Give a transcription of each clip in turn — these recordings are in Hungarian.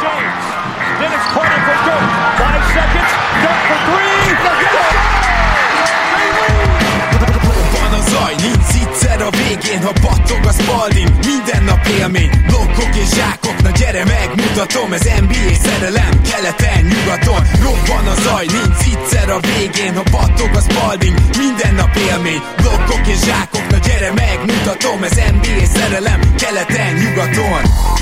James. Dennis Carter for Dirk. 5 seconds. Dirk for 3. Van a zaj, nincs egyszer a végén, ha battog a Spalding, minden nap élmény, blokkok és zsákok, na gyere megmutatom, ez NBA szerelem, keleten, nyugaton, robban a zaj, nincs egyszer a végén, ha battog a Spalding, minden nap élmény, blokkok és zsákok, na gyere megmutatom, ez NBA szerelem, keleten, nyugaton.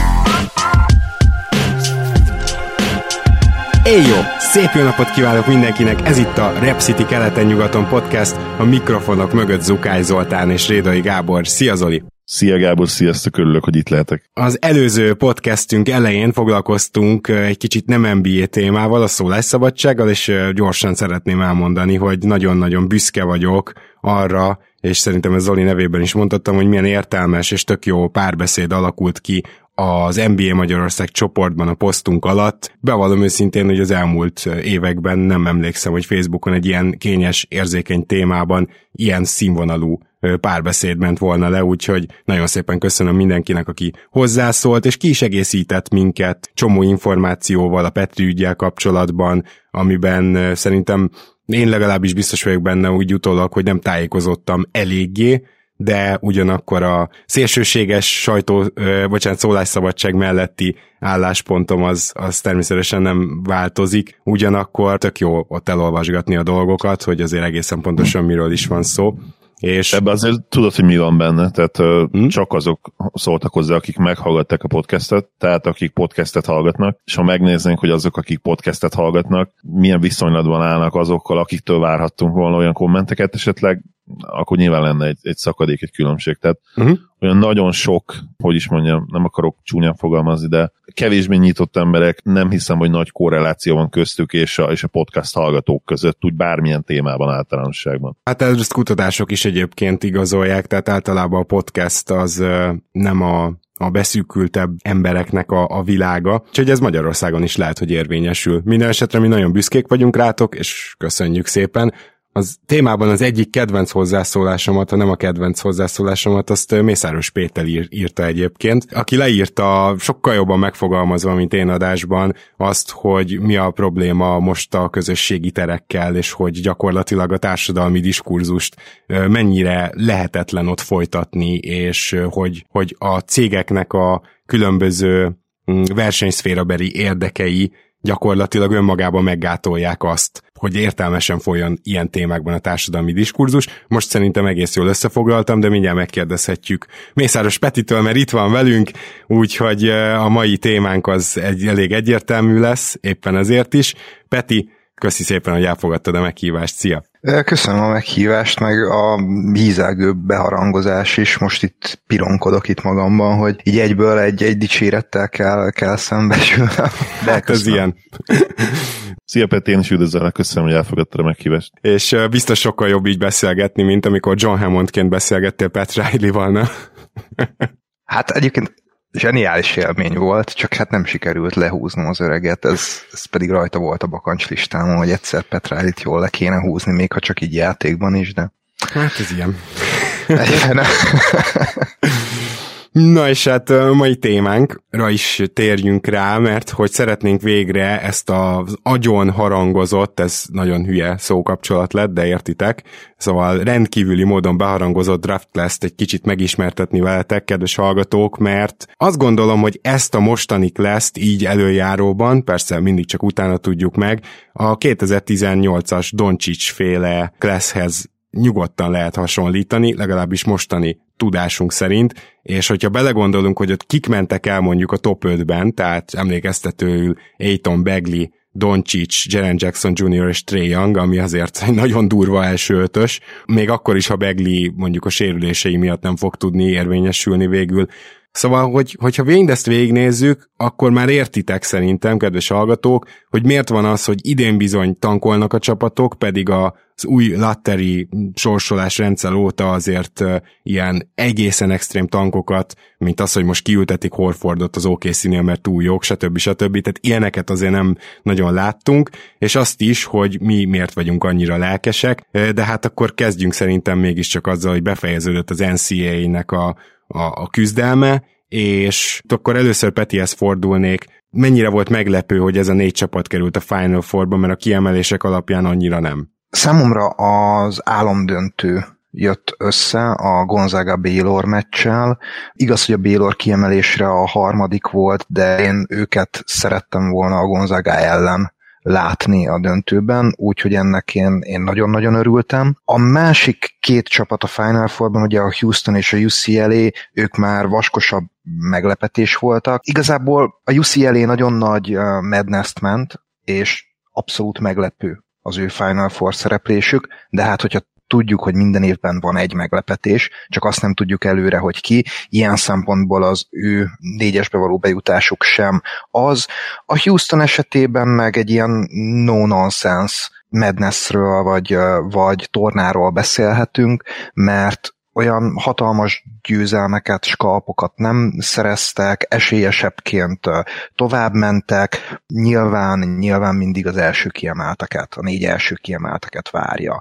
Éjjó! Szép jó napot kívánok mindenkinek! Ez itt a Rep City keleten-nyugaton podcast, a mikrofonok mögött Zukály Zoltán és Rédai Gábor. Szia Zoli! Szia Gábor, sziasztok, örülök, hogy itt lehetek. Az előző podcastünk elején foglalkoztunk egy kicsit nem NBA témával, a szólásszabadsággal, és gyorsan szeretném elmondani, hogy nagyon-nagyon büszke vagyok arra, és szerintem ez Zoli nevében is mondhattam, hogy milyen értelmes és tök jó párbeszéd alakult ki az NBA Magyarország csoportban a posztunk alatt. Bevallom őszintén, hogy az elmúlt években nem emlékszem, hogy Facebookon egy ilyen kényes, érzékeny témában ilyen színvonalú párbeszéd ment volna le, úgyhogy nagyon szépen köszönöm mindenkinek, aki hozzászólt, és ki is egészített minket csomó információval a Petri üggyel kapcsolatban, amiben szerintem én legalábbis biztos vagyok benne úgy utólag, hogy nem tájékozottam eléggé, de ugyanakkor a szélsőséges szólásszabadság melletti álláspontom az természetesen nem változik, ugyanakkor tök jó ott elolvasgatni a dolgokat, hogy azért egészen pontosan miről is van szó. És ebben azért tudod, hogy mi van benne, tehát csak azok szóltak hozzá, akik meghallgatták a podcastet, tehát akik podcastet hallgatnak, és ha megnéznénk, hogy azok, akik podcastet hallgatnak, milyen viszonylatban állnak azokkal, akiktől várhattunk volna olyan kommenteket esetleg, akkor nyilván lenne egy szakadék, egy különbség. Tehát olyan nagyon sok, hogy is mondjam, nem akarok csúnyán fogalmazni, de kevésbé nyitott emberek, nem hiszem, hogy nagy korreláció van köztük és a podcast hallgatók között, úgy bármilyen témában általánosságban. Hát ezt kutatások is egyébként igazolják, tehát általában a podcast az nem a beszűkültebb embereknek a világa, úgyhogy ez Magyarországon is lehet, hogy érvényesül. Minden esetre mi nagyon büszkék vagyunk rátok, és köszönjük szépen. Az témában az egyik kedvenc hozzászólásomat, ha nem a kedvenc hozzászólásomat, azt Mészáros Péter írta egyébként, aki leírta sokkal jobban megfogalmazva, mint én adásban, azt, hogy mi a probléma most a közösségi terekkel, és hogy gyakorlatilag a társadalmi diskurzust mennyire lehetetlen ott folytatni, és hogy a cégeknek a különböző versenyszférabeli érdekei gyakorlatilag önmagában meggátolják azt, hogy értelmesen folyjon ilyen témákban a társadalmi diskurzus. Most szerintem egész jól összefoglaltam, de mindjárt megkérdezhetjük Mészáros Petitől, mert itt van velünk, úgyhogy a mai témánk az elég egyértelmű lesz, éppen ezért is. Peti, köszi szépen, hogy elfogadtad a meghívást. Szia! Köszönöm a meghívást, meg a hízelgő beharangozás is. Most itt pironkodok itt magamban, hogy így egyből egy dicsérettel kell szembesülnem. De hát ez ilyen. Szia Peti, én is üdvözöllek, köszönöm, hogy elfogadtad a meghívást. És biztos sokkal jobb így beszélgetni, mint amikor John Hammondként beszélgettél Pat Riley-val. Hát egyébként zseniális élmény volt, csak hát nem sikerült lehúznom az öreget, ez pedig rajta volt a bakancslistámon, hogy egyszer Pat Riley-t jól le kéne húzni, még ha csak így játékban is, de... Hát ez ilyen. Na és hát a mai témánkra is térjünk rá, mert hogy szeretnénk végre ezt az agyon harangozott, ez nagyon hülye szókapcsolat lett, de értitek, szóval rendkívüli módon beharangozott draft class-t egy kicsit megismertetni veletek, kedves hallgatók, mert azt gondolom, hogy ezt a mostani class-t így előjáróban, persze mindig csak utána tudjuk meg, a 2018-as Doncic féle classhez nyugodtan lehet hasonlítani, legalábbis mostani tudásunk szerint, és hogyha belegondolunk, hogy ott kik mentek el mondjuk a top 5-ben, tehát emlékeztetőül Ayton, Bagley, Doncic, Jaren Jackson Jr. és Trae Young, ami azért egy nagyon durva első ötös, még akkor is, ha Bagley mondjuk a sérülései miatt nem fog tudni érvényesülni végül. Szóval, hogyha mindezt végignézzük, akkor már értitek szerintem, kedves hallgatók, hogy miért van az, hogy idén bizony tankolnak a csapatok, pedig az új lottery sorsolás rendszer óta azért ilyen egészen extrém tankokat, mint az, hogy most kiültetik Horfordot az OKC-nél, mert túl jók, stb. Tehát ilyeneket azért nem nagyon láttunk, és azt is, hogy mi miért vagyunk annyira lelkesek, de hát akkor kezdjünk szerintem mégiscsak azzal, hogy befejeződött az NCAA-nek a küzdelme, és akkor először Petihez fordulnék. Mennyire volt meglepő, hogy ez a 4 csapat került a Final Fourba, mert a kiemelések alapján annyira nem? Számomra az álomdöntő jött össze a Gonzaga-Baylor meccsel. Igaz, hogy a Baylor kiemelésre a harmadik volt, de én őket szerettem volna a Gonzaga ellen látni a döntőben, úgyhogy ennek én nagyon-nagyon örültem. A másik 2 csapat a Final Fourban, ugye a Houston és a UCLA, ők már vaskosabb meglepetés voltak. Igazából a UCLA nagyon nagy madness-t ment, és abszolút meglepő az ő Final Four szereplésük, de hát hogyha tudjuk, hogy minden évben van egy meglepetés, csak azt nem tudjuk előre, hogy ki. Ilyen szempontból az ő 4-esbe való bejutásuk sem az. A Houston esetében meg egy ilyen no-nonsense madnessről vagy tornáról beszélhetünk, mert olyan hatalmas győzelmeket, skalpokat nem szereztek, esélyesebbként tovább mentek, nyilván mindig az első kiemelteket, a 4 első kiemelteket várja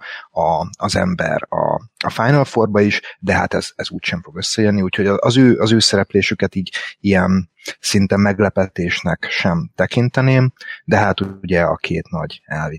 az ember a Final Fourba is, de hát ez úgysem fog összejönni, úgyhogy az ő szereplésüket így ilyen szinte meglepetésnek sem tekinteném, de hát ugye a 2 nagy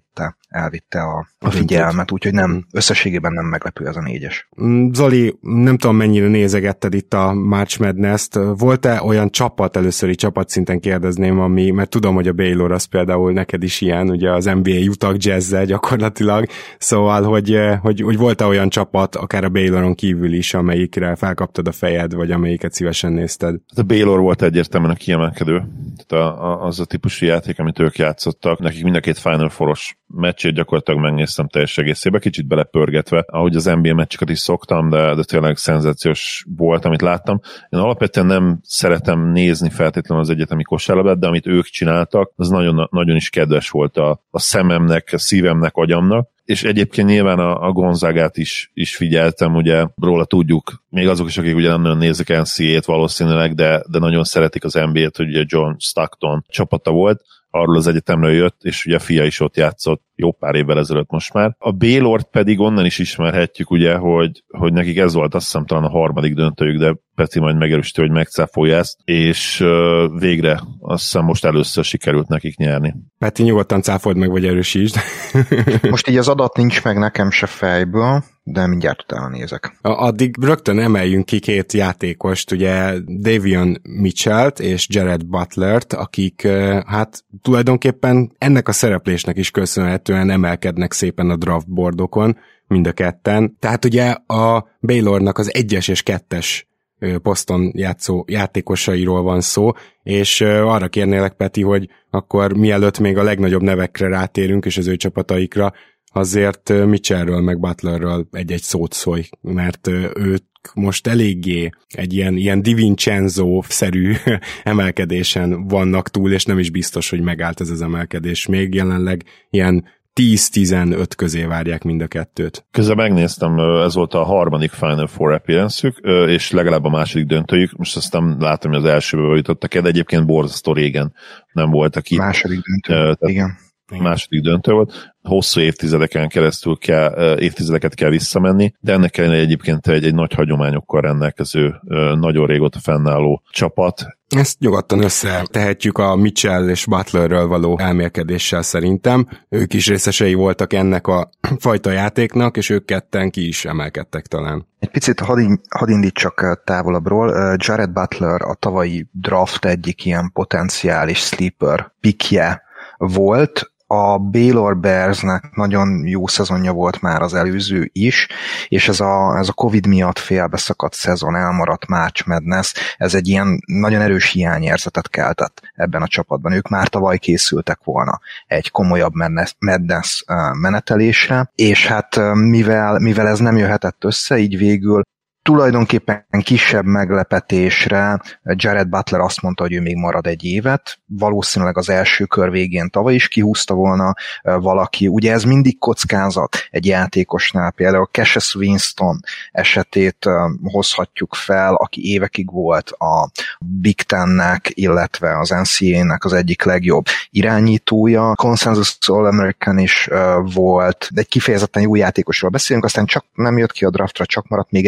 elvitte a figyelmet, úgyhogy nem, összességében nem meglepő ez a 4-es. Zoli, nem tudom mennyire nézegetted itt a March Madness-t. Volt-e olyan csapat, előszöri csapatszinten kérdezném, mert tudom, hogy a Baylor az például neked is ilyen, ugye az NBA Utah Jazz-zel gyakorlatilag, szóval, hogy volt-e olyan csapat, akár a Bayloron kívül is, amelyikre felkaptad a fejed, vagy amelyiket szívesen nézted? A Baylor volt egyértelműen a kiemelkedő. Tehát az a típusú játék, amit ők játszottak. Nekik mind a 2 Final Four-os meccsét gyakorlatilag megnéztem teljes egészében, kicsit belepörgetve, ahogy az NBA meccseket is szoktam, de tényleg szenzációs volt, amit láttam. Én alapvetően nem szeretem nézni feltétlenül az egyetemi kosárlabdát, de amit ők csináltak, az nagyon, nagyon is kedves volt a szememnek, a szívemnek, agyamnak. És egyébként nyilván a Gonzagát is figyeltem, ugye róla tudjuk, még azok is, akik ugye nem nagyon nézik NCAA-t valószínűleg, de nagyon szeretik az NBA-t, hogy ugye John Stockton csapata volt, arról az egyetemről jött, és ugye a fia is ott játszott jó pár évvel ezelőtt most már. A Baylort pedig onnan is ismerhetjük, ugye, hogy nekik ez volt azt hiszem talán a harmadik döntőjük, de Peti majd megerősíti, hogy megcáfolja ezt, és végre azt hiszem most először sikerült nekik nyerni. Peti, nyugodtan cáfold meg, vagy erősítsd. Most így az adat nincs meg nekem se fejből, de mindjárt utána nézek. Addig rögtön emeljünk ki 2 játékost, ugye Davion Mitchellt és Jared Butlert, akik hát tulajdonképpen ennek a szereplésnek is köszönhetően emelkednek szépen a draftboardokon, mind a ketten. Tehát ugye a Baylornak az 1-es és 2-es poszton játszó játékosairól van szó, és arra kérnélek, Peti, hogy akkor mielőtt még a legnagyobb nevekre rátérünk, és az ő csapataikra, azért Mitchellről meg Butlerről egy-egy szót szólj, mert ők most eléggé egy ilyen DiVincenzo-szerű emelkedésen vannak túl, és nem is biztos, hogy megállt ez az emelkedés. Még jelenleg ilyen 10-15 közé várják mind a kettőt. Közben megnéztem, ez volt a harmadik Final Four appearance-ük, és legalább a második döntőjük, most azt nem látom, hogy az elsőbe jutottak el, de egyébként borzasztó régen nem voltak itt. Második döntő, igen. Második döntő volt. Hosszú évtizedeken keresztül évtizedeket kell visszamenni, de ennek ellenére egyébként egy nagy hagyományokkal rendelkező, nagyon régóta fennálló csapat. Ezt nyugodtan összetehetjük a Mitchell és Butlerről való elmélkedéssel szerintem. Ők is részesei voltak ennek a fajta játéknak, és ők ketten ki is emelkedtek talán. Egy picit hadd indítsak távolabbról. Jared Butler a tavalyi draft egyik ilyen potenciális sleeper pickje volt. A Baylor Bearsnek nagyon jó szezonja volt már az előző is, és ez a Covid miatt félbeszakadt szezon, elmaradt March Madness, ez egy ilyen nagyon erős hiányérzetet keltett ebben a csapatban. Ők már tavaly készültek volna egy komolyabb Madness menetelésre, és hát mivel ez nem jöhetett össze, így végül tulajdonképpen kisebb meglepetésre Jared Butler azt mondta, hogy ő még marad egy évet, valószínűleg az első kör végén tavaly is kihúzta volna valaki. Ugye ez mindig kockázat egy játékosnál, például Cassius Winston esetét hozhatjuk fel, aki évekig volt a Big Ten-nek, illetve az NCAA-nek az egyik legjobb irányítója. Consensus All-American is volt, de egy kifejezetten jó játékosról beszélünk, aztán csak nem jött ki a draftra, csak maradt még egy évet,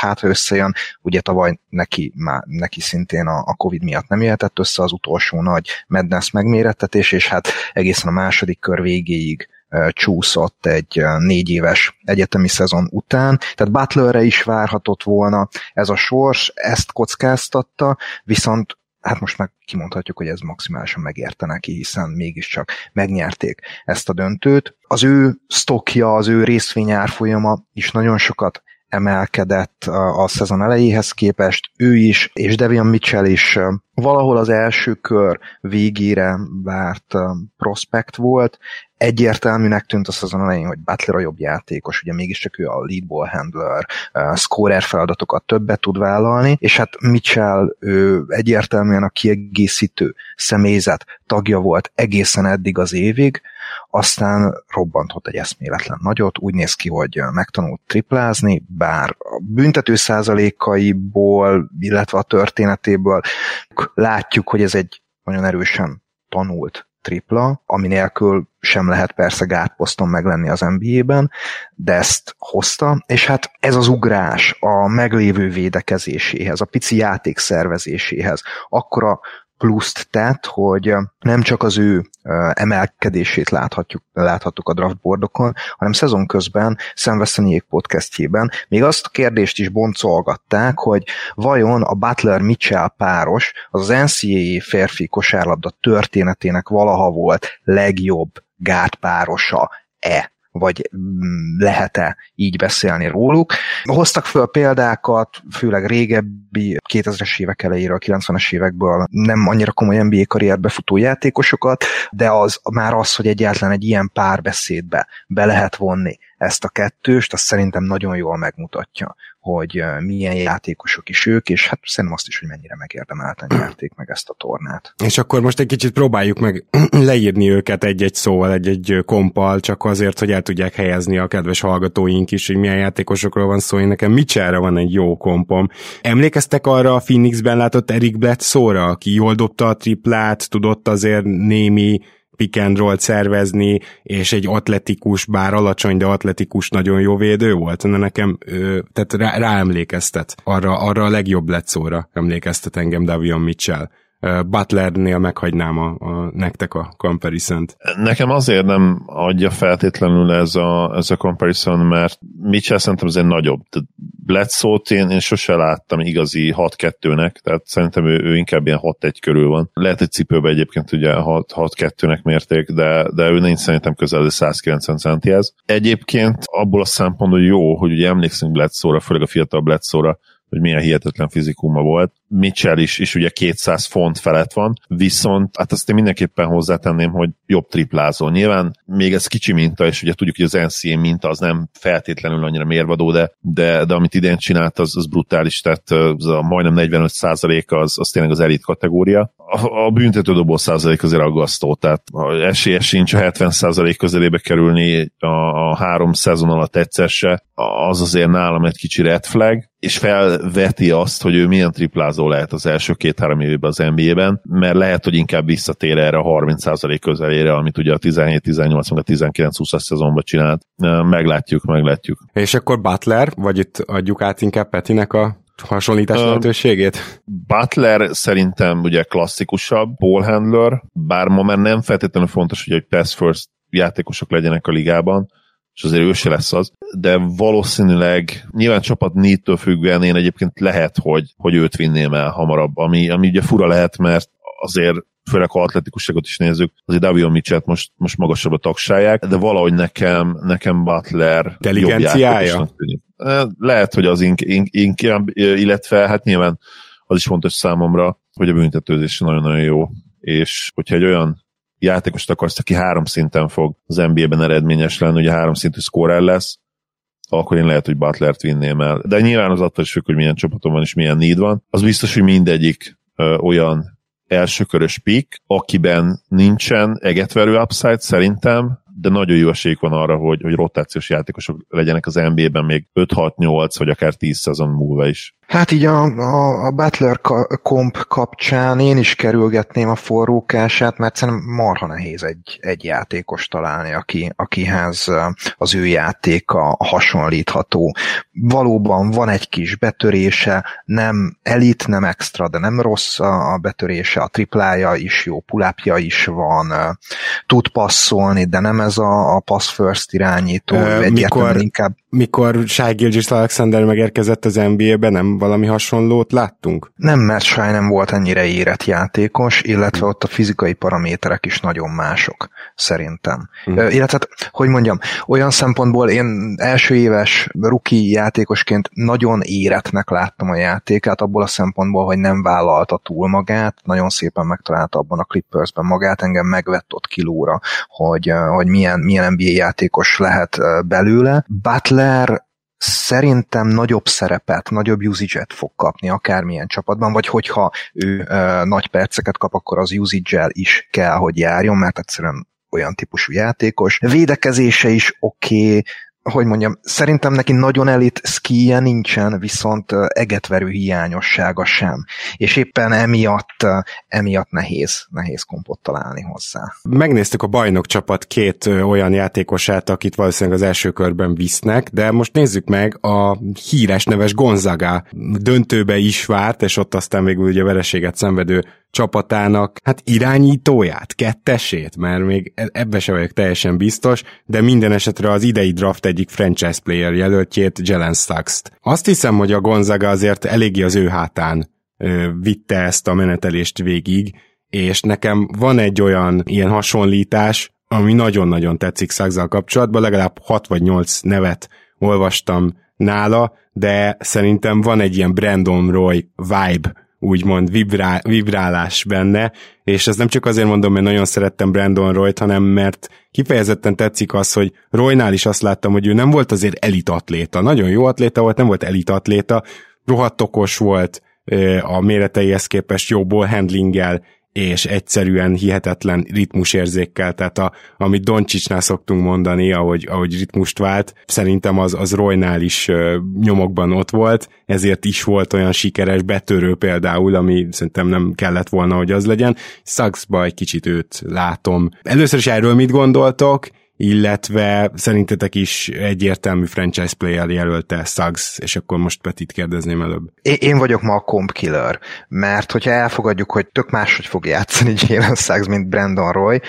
hát összejön. Ugye tavaly neki szintén a Covid miatt nem jöhetett össze az utolsó nagy Madness megmérettetés, és hát egészen a második kör végéig csúszott egy 4 éves egyetemi szezon után, tehát Butlerre is várhatott volna ez a sors, ezt kockáztatta, viszont hát most meg kimondhatjuk, hogy ez maximálisan megérte neki, hiszen mégiscsak megnyerték ezt a döntőt. Az ő sztokja, az ő részvényárfolyama is nagyon sokat emelkedett a szezon elejéhez képest, ő is, és Davion Mitchell is valahol az első kör végére várt prospekt volt. Egyértelműnek tűnt a szezon elején, hogy Butler a jobb játékos, ugye mégiscsak ő a lead ball handler, scorer feladatokat többet tud vállalni, és hát Mitchell ő egyértelműen a kiegészítő személyzet tagja volt egészen eddig az évig, aztán robbantott egy eszméletlen nagyot, úgy néz ki, hogy megtanult triplázni, bár a büntető százalékaiból, illetve a történetéből látjuk, hogy ez egy nagyon erősen tanult tripla, ami nélkül sem lehet persze gátposzton meglenni az NBA-ben, de ezt hozta, és hát ez az ugrás a meglévő védekezéséhez, a pici játék szervezéséhez akkora pluszt tett, hogy nem csak az ő emelkedését láthattuk a draftboardokon, hanem szezon közben Sam Veceniék podcastjében még azt a kérdést is boncolgatták, hogy vajon a Butler-Mitchell páros az NCAA férfi kosárlabda történetének valaha volt legjobb gátpárosa-e? Vagy lehet-e így beszélni róluk. Hoztak föl példákat, főleg régebbi 2000-es évek elejéről, 90-es évekből nem annyira komoly NBA karrierbe futó játékosokat, de az már az, hogy egyáltalán egy ilyen párbeszédbe be lehet vonni ezt a kettőst, azt szerintem nagyon jól megmutatja, hogy milyen játékosok is ők, és hát szerintem azt is, hogy mennyire megérdemelten nyerték meg ezt a tornát. És akkor most egy kicsit próbáljuk meg leírni őket egy-egy szóval, egy-egy kompal, csak azért, hogy el tudják helyezni a kedves hallgatóink is, hogy milyen játékosokról van szó. Én nekem Mitchellre van egy jó kompom. Emlékeztek arra a Phoenixben látott Eric Bledsoe-ra, aki jól dobta a triplát, tudott azért némi pick and roll-t szervezni, és egy atletikus, bár alacsony, de atletikus, nagyon jó védő volt. Nekem tehát ráemlékeztet. Arra a legjobb Bledsoe-ra emlékeztet engem Davion Mitchell. Butlernél meghagynám nektek a comparison-t. Nekem azért nem adja feltétlenül ez a comparison, mert Mitchell szerintem azért nagyobb. Bledsoe-t én sose láttam igazi 6-2-nek, tehát szerintem ő inkább ilyen 6-1 körül van. Lehet egy cipőben egyébként ugye 6-2-nek mérték, de ő nincs szerintem közel 190 centihez. Egyébként abból a szempontból jó, hogy ugye emlékszünk Bledsoe-ra, főleg a fiatal Bledsoe-ra, hogy milyen hihetetlen fizikuma volt. Mitchell is ugye 200 font felett van, viszont hát azt én mindenképpen hozzátenném, hogy jobb triplázol. Nyilván még ez kicsi minta, és ugye tudjuk, hogy az NCAA minta az nem feltétlenül annyira mérvadó, de amit idén csinált, az brutális, tehát az a majdnem 45% az tényleg az elit kategória. A büntetődobó százalék azért aggasztó, tehát esélye sincs a 70% közelébe kerülni a 3 szezon alatt egyszer se, az azért nálam egy kicsi red flag, és felveti azt, hogy ő milyen triplázó lehet az első 2-3 évben az NBA-ben, mert lehet, hogy inkább visszatér erre a 30% közelére, amit ugye a 17-18 meg a 19-20-as szezonban csinált. Meglátjuk. És akkor Butler, vagy itt adjuk át inkább Petinek a hasonlítás lehetőségét? Butler szerintem ugye klasszikusabb ballhandler, bár ma már nem feltétlenül fontos, hogy egy pass first játékosok legyenek a ligában, és azért ő se lesz az, de valószínűleg nyilván csapat need-től függően én egyébként lehet, hogy őt vinném el hamarabb, ami ugye fura lehet, mert azért főleg ha atletikusságot is nézzük, azért Davion Mitchell-t most magasabb a tagsáják, de valahogy nekem Butler jobb játékosnak tűnik. Lehet, hogy az inkább, illetve hát nyilván az is fontos számomra, hogy a büntetőzés nagyon-nagyon jó, és hogyha egy olyan játékost akarsz, aki 3 szinten fog az NBA-ben eredményes lenni, ugye 3 szintű scorer lesz, akkor én lehet, hogy Butlert vinném el. De nyilván az attól is függ, hogy milyen csapaton van és milyen need van. Az biztos, hogy mindegyik olyan elsőkörös pick, akiben nincsen egetverő upside szerintem, de nagyon jó esélyük van arra, hogy rotációs játékosok legyenek az NBA-ben még 5-6-8 vagy akár 10 szezon múlva is. Hát így a Butler komp kapcsán én is kerülgetném a forrókását, mert szerintem marha nehéz egy játékos találni, akihez az ő játéka hasonlítható. Valóban van egy kis betörése, nem elit, nem extra, de nem rossz a betörése, a triplája is jó, pull-upja is van, tud passzolni, de nem ez a pass first irányító, egyértelműen inkább. Mikor Shai Gilgeous-Alexander megérkezett az NBA-be, nem valami hasonlót láttunk? Nem, mert Shai nem volt ennyire érett játékos, illetve ott a fizikai paraméterek is nagyon mások, szerintem. Illetve, hogy mondjam, olyan szempontból én első éves rookie játékosként nagyon érettnek láttam a játékát, abból a szempontból, hogy nem vállalta túl magát, nagyon szépen megtalálta abban a Clippersben magát, engem megvett ott kilóra, hogy milyen NBA játékos lehet belőle. Butler szerintem nagyobb szerepet, nagyobb usage-et fog kapni akármilyen csapatban, vagy hogyha ő nagy perceket kap, akkor az usage-el is kell, hogy járjon, mert egyszerűen olyan típusú játékos. Védekezése is oké, hogy mondjam, szerintem neki nagyon elit skije nincsen, viszont egetverő hiányossága sem. És éppen emiatt nehéz kompot találni hozzá. Megnéztük a bajnokcsapat két olyan játékosát, akit valószínűleg az első körben visznek, de most nézzük meg a híres neves Gonzaga döntőbe is várt, és ott aztán végül ugye vereséget szenvedő csapatának, hát irányítóját, kettesét, mert még ebbe sem vagyok teljesen biztos, de minden esetre az idei draft egyik franchise player jelöltjét, Jalen Suggs-t. Azt hiszem, hogy a Gonzaga azért eléggé az ő hátán vitte ezt a menetelést végig, és nekem van egy olyan ilyen hasonlítás, ami nagyon-nagyon tetszik Suggs-zal kapcsolatban, legalább 6 vagy 8 nevet olvastam nála, de szerintem van egy ilyen Brandon Roy vibe, úgymond vibrálás benne, és ez nem csak azért mondom, mert nagyon szerettem Brandon Royt, hanem mert kifejezetten tetszik az, hogy Roynál is azt láttam, hogy ő nem volt azért elit atléta. Nagyon jó atléta volt, nem volt elit atléta, rohadt okos volt, a méreteihez képest jó ballhandlinggel, és egyszerűen hihetetlen ritmusérzékkel, tehát amit Doncsicsnál szoktunk mondani, ahogy ritmust vált, szerintem az Roynál is nyomokban ott volt, ezért is volt olyan sikeres, betörő például, ami szerintem nem kellett volna, hogy az legyen. Suggsba egy kicsit őt látom. Először is erről mit gondoltok, illetve szerintetek is egyértelmű franchise player jelölte Suggs, és akkor most Petit kérdezném előbb. Én vagyok ma a comp killer, mert hogyha elfogadjuk, hogy tök máshogy fog játszani Jalen Suggs, mint Brandon Roy,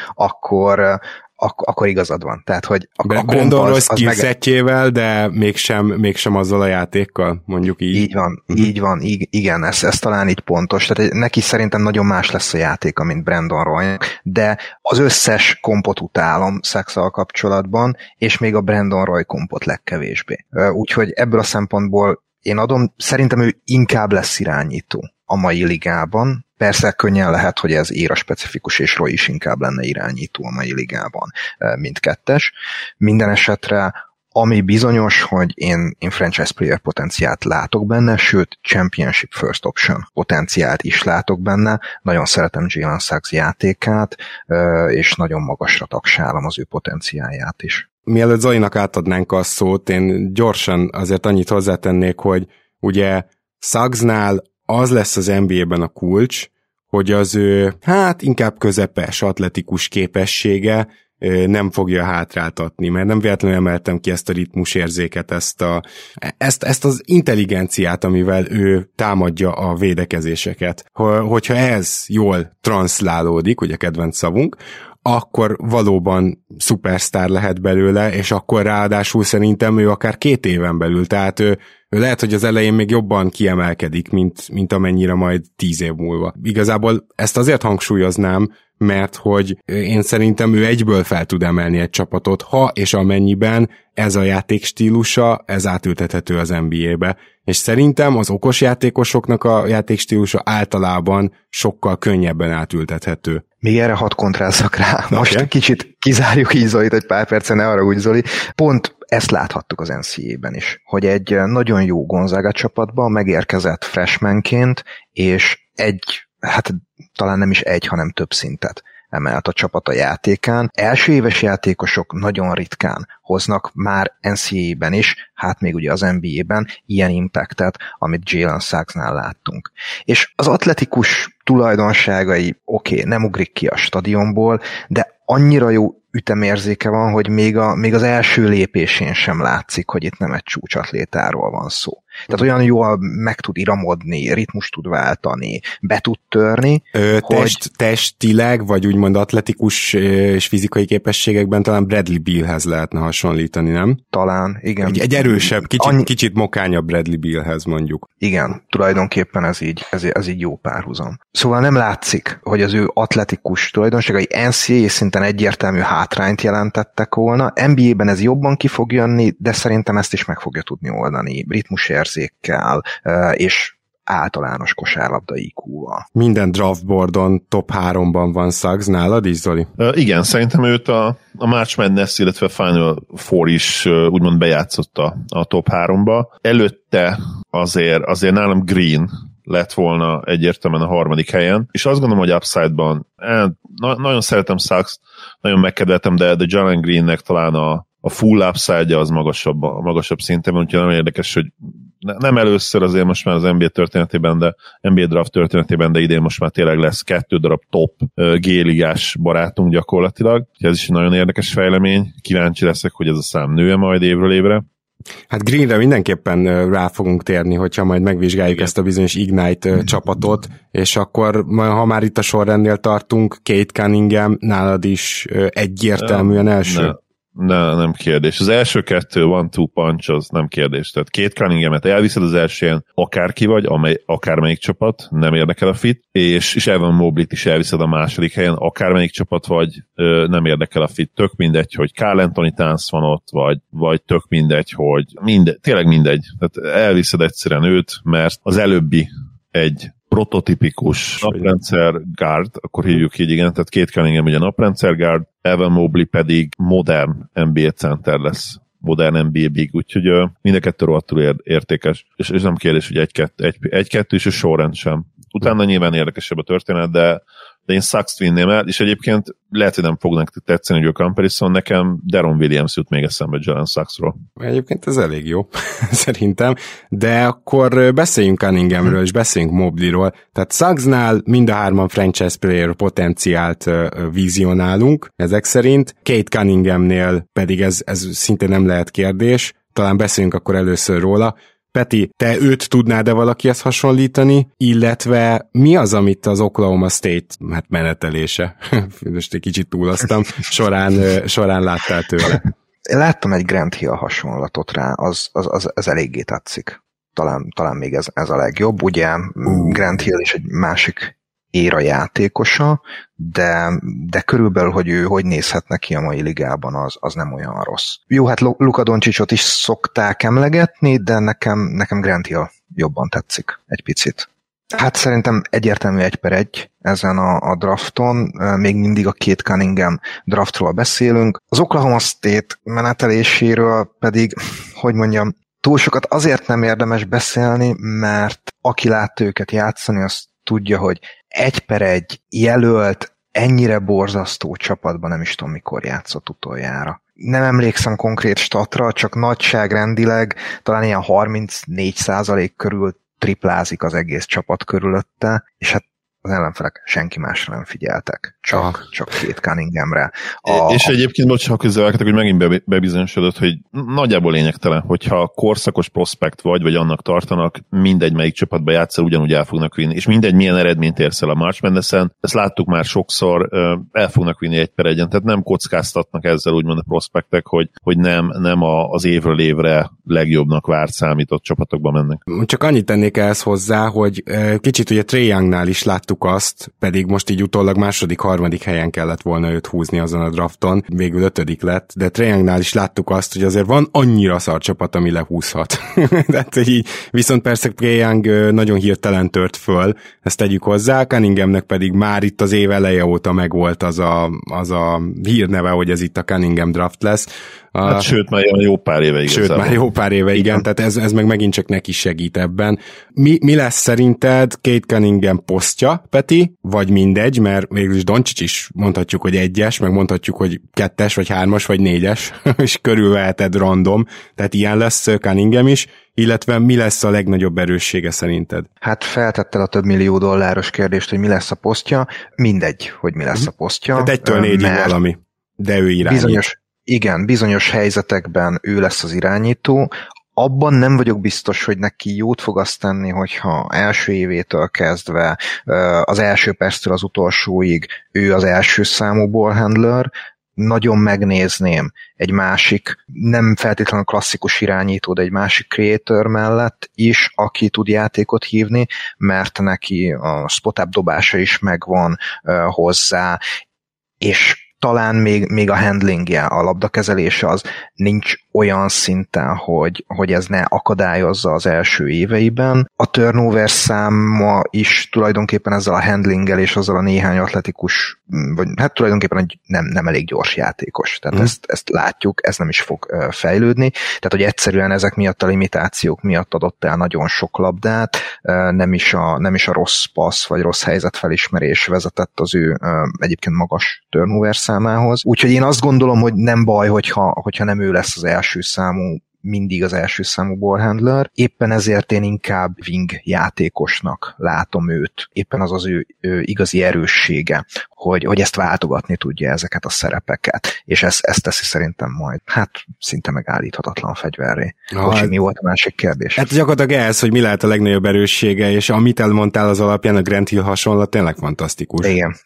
akkor igazad van. Tehát, hogy Brandon Roy skillsetjével, de mégsem azzal a játékkal, mondjuk így. Így van, igen, ez talán így pontos. Tehát neki szerintem nagyon más lesz a játéka, mint Brandon Roy, de az összes kompot utálom Suggs-szal kapcsolatban, és még a Brandon Roy kompot legkevésbé. Úgyhogy ebből a szempontból én adom, szerintem ő inkább lesz irányító a mai ligában. Persze könnyen lehet, hogy ez éra specifikus, és Roy is inkább lenne irányító a mai ligában, mint kettes. Minden esetre, ami bizonyos, hogy én franchise player potenciált látok benne, sőt, championship first option potenciált is látok benne. Nagyon szeretem Jalen Suggs játékát, és nagyon magasra tagsálom az ő potenciáját is. Mielőtt Zolinak átadnánk a szót, én gyorsan azért annyit hozzátennék, hogy ugye Suggsnál az lesz az NBA-ben a kulcs, hogy az ő, inkább közepes atletikus képessége nem fogja hátráltatni, mert nem véletlenül emeltem ki ezt a ritmusérzéket, ezt az intelligenciát, amivel ő támadja a védekezéseket. Hogyha ez jól transzlálódik, ugye kedvenc szavunk, akkor valóban szupersztár lehet belőle, és akkor ráadásul szerintem ő akár 2 éven belül, tehát ő lehet, hogy az elején még jobban kiemelkedik, mint amennyire majd 10 év múlva. Igazából ezt azért hangsúlyoznám, mert hogy én szerintem ő egyből fel tud emelni egy csapatot, ha és amennyiben ez a játékstílusa, ez átültethető az NBA-be. És szerintem az okos játékosoknak a játékstílusa általában sokkal könnyebben átültethető. Még erre hadd kontrázzak rá. Most kicsit kizárjuk így Zolit egy pár percen, ne arra úgy, Zoli. Pont ezt láthattuk az NCAA-ben is, hogy egy nagyon jó Gonzaga csapatban megérkezett freshmanként, és talán nem is egy, hanem több szintet emelt a csapat a játékán. Első éves játékosok nagyon ritkán hoznak már NCAA-ben is, hát még ugye az NBA-ben ilyen impactet, amit Jalen Suggsnál láttunk. És az atletikus tulajdonságai nem ugrik ki a stadionból, de annyira jó ütemérzéke van, hogy még az első lépésén sem látszik, hogy itt nem egy csúcsatlétáról van szó. Tehát olyan jól meg tud iramodni, ritmust tud váltani, be tud törni. Testileg, vagy úgymond atletikus és fizikai képességekben talán Bradley Bealhez lehetne hasonlítani, nem? Talán, igen. Egy erősebb, kicsit mokányabb Bradley Bealhez mondjuk. Igen, tulajdonképpen ez így jó párhuzam. Szóval nem látszik, hogy az ő atletikus tulajdonságai NCAA szinten egyértelmű hátrányt jelentettek volna. NBA-ben ez jobban ki fog jönni, de szerintem ezt is meg fogja tudni oldani ritmusérzékkel és általános kosárlabda IQ-val. Minden draftboardon top 3-ban van Suggs, nálad is, Zoli? Igen, szerintem őt a March Madness, illetve Final Four is úgymond bejátszotta a top 3-ba. Előtte azért nálam Green lett volna egyértelműen a harmadik helyen, és azt gondolom, hogy upside-ban nagyon szeretem Suggs, nagyon megkedveltem, de Jalen Greennek talán a full upside-ja az magasabb szinten, úgyhogy nagyon érdekes, hogy nem először azért most már az NBA történetében, de NBA draft történetében, de idén most már tényleg lesz 2 darab top G-ligás barátunk gyakorlatilag. Ez is egy nagyon érdekes fejlemény. Kíváncsi leszek, hogy ez a szám nő-e majd évről évre. Hát Greenre mindenképpen rá fogunk térni, hogyha majd megvizsgáljuk ezt a bizonyos Ignite csapatot, és akkor, ha már itt a sorrendnél tartunk, Kate Cunningham nálad is egyértelműen első. Nem kérdés. Az első 2 1-2 punch az nem kérdés. Tehát Kate Cunninghamet elviszed az elsőjén, akárki vagy, akármelyik csapat, nem érdekel a fit, és Evan Mobley-t is elviszed a második helyen, akármelyik csapat vagy, nem érdekel a fit. Tök mindegy, hogy Karl Anthony Towns van ott, vagy tök mindegy, hogy tényleg mindegy. Tehát elviszed egyszerűen őt, mert az előbbi egy prototipikus naprendszer guard, akkor hívjuk így, igen, tehát Kate Cunningham ugye naprendszer guard, Evan Mobley pedig modern NBA center lesz, modern NBA big, úgyhogy mind a kettő rohadtul értékes, és nem kérdés, hogy egy-kettő és a sorrend sem. Utána nyilván érdekesebb a történet, de én Suggs-t vinném el, és egyébként lehet, hogy nem fognak tetszeni, hogy a comparison, nekem Deron Williams jut még eszembe Jalen Suggsról. Egyébként ez elég jó, szerintem, de akkor beszéljünk Cunninghamről, és beszéljünk Mobleyról. Tehát Suggsnál mind a 3 franchise player potenciált vizionálunk, ezek szerint. Kate Cunninghamnél pedig ez szintén nem lehet kérdés, talán beszéljünk akkor először róla. Peti, te őt tudnád-e valakihez hasonlítani, illetve mi az, amit az Oklahoma State menetelése, most egy kicsit túloztam, során láttál tőle? Én láttam egy Grant Hill hasonlatot rá, az eléggé tetszik. Talán még ez a legjobb. Ugye Grant Hill is egy másik éra játékosa, de körülbelül, hogy ő hogy nézhet neki a mai ligában, az nem olyan rossz. Jó, hát Luka Doncsicsot is szokták emlegetni, de nekem Grant Hill jobban tetszik egy picit. Hát szerintem egyértelmű 1/1 ezen a drafton, még mindig a Kate Cunningham draftról beszélünk. Az Oklahoma State meneteléséről pedig, hogy mondjam, túl sokat azért nem érdemes beszélni, mert aki látta őket játszani, az tudja, hogy 1/1 jelölt ennyire borzasztó csapatban nem is tudom, mikor játszott utoljára. Nem emlékszem konkrét statra, csak nagyságrendileg talán ilyen 34% körül triplázik az egész csapat körülötte, és hát az ellenfelek senki másra nem figyeltek, csak Kate Cunninghamre. És egyébként, bocsánat, közelvelkedek, hogy megint bebizonyosodott, hogy nagyjából lényegtelen, hogyha korszakos prospekt vagy annak tartanak, mindegy melyik csapatba játszol, ugyanúgy el fognak vinni, és mindegy milyen eredményt érsz el a March Madness-en, ezt láttuk már sokszor, el fognak vinni 1/1, tehát nem kockáztatnak ezzel úgymond a prospektek, hogy nem az évről évre legjobbnak várt számított csapatokba mennek. Csak annyit tennék ehhez hozzá, hogy kicsit ugye Trae Youngnál is láttuk azt, pedig most így utólag második-harmadik helyen kellett volna őt húzni azon a drafton, végül 5. lett, de Trae Youngnál is láttuk azt, hogy azért van annyira szar csapat, ami lehúzhat. Viszont persze Trae Young nagyon hirtelen tört föl, ezt tegyük hozzá, Cunninghamnek pedig már itt az év eleje óta megvolt az a hírneve, hogy ez itt a Cunningham draft lesz, Hát sőt, már jó pár éve igazából. Sőt, már jó pár éve, igen, tehát ez meg megint csak neki segít ebben. Mi lesz szerinted Kate Cunningham posztja, Peti? Vagy mindegy, mert végülis Doncic is mondhatjuk, hogy 1-es, meg mondhatjuk, hogy 2-es, vagy 3-as, vagy 4-es, és körülveheted random, tehát ilyen lesz Cunningham is, illetve mi lesz a legnagyobb erőssége szerinted? Hát feltettel a $1 millió kérdést, hogy mi lesz a posztja. Mindegy, hogy mi lesz a posztja. Tehát 1-től 4-ig valami, de ő irányít. Bizonyos helyzetekben ő lesz az irányító. Abban nem vagyok biztos, hogy neki jót fog azt tenni, hogyha első évétől kezdve az első perctől az utolsóig ő az első számú ballhandler. Nagyon megnézném egy másik, nem feltétlenül klasszikus irányító, de egy másik creator mellett is, aki tud játékot hívni, mert neki a spot-up dobása is megvan hozzá, és talán még a handlingje, a labdakezelése az nincs olyan szinten, hogy ez ne akadályozza az első éveiben. A turnover száma is tulajdonképpen ezzel a handlinggel és azzal a néhány atletikus, vagy hát tulajdonképpen egy nem elég gyors játékos. Tehát ezt látjuk, ez nem is fog fejlődni. Tehát, hogy egyszerűen ezek miatt a limitációk miatt adott el nagyon sok labdát, nem is a rossz passz vagy rossz helyzetfelismerés vezetett az ő egyébként magas turnover számához. Úgyhogy én azt gondolom, hogy nem baj, hogyha nem ő lesz az első számú, mindig az első számú ballhandler. Éppen ezért én inkább wing játékosnak látom őt. Éppen az ő igazi erőssége, hogy ezt váltogatni tudja, ezeket a szerepeket. És ezt teszi szerintem majd, hát szinte megállíthatatlan fegyverré. Mi volt a másik kérdés? Hát gyakorlatilag ez, hogy mi lehet a legnagyobb erőssége, és amit elmondtál az alapján, a Grant Hill hasonlat tényleg fantasztikus.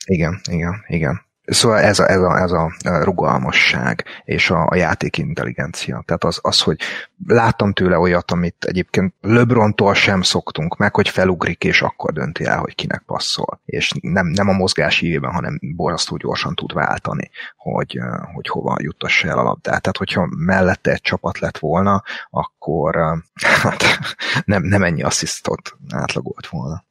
Igen. Szóval ez a rugalmasság és a játék intelligencia. Tehát az, hogy láttam tőle olyat, amit egyébként LeBrontól sem szoktunk meg, hogy felugrik, és akkor dönti el, hogy kinek passzol. És nem a mozgás ívében, hanem borzasztó gyorsan tud váltani, hogy hova juttassa el a labdát. Tehát, hogyha mellette egy csapat lett volna, akkor hát, nem ennyi asszisztot átlagolt volna.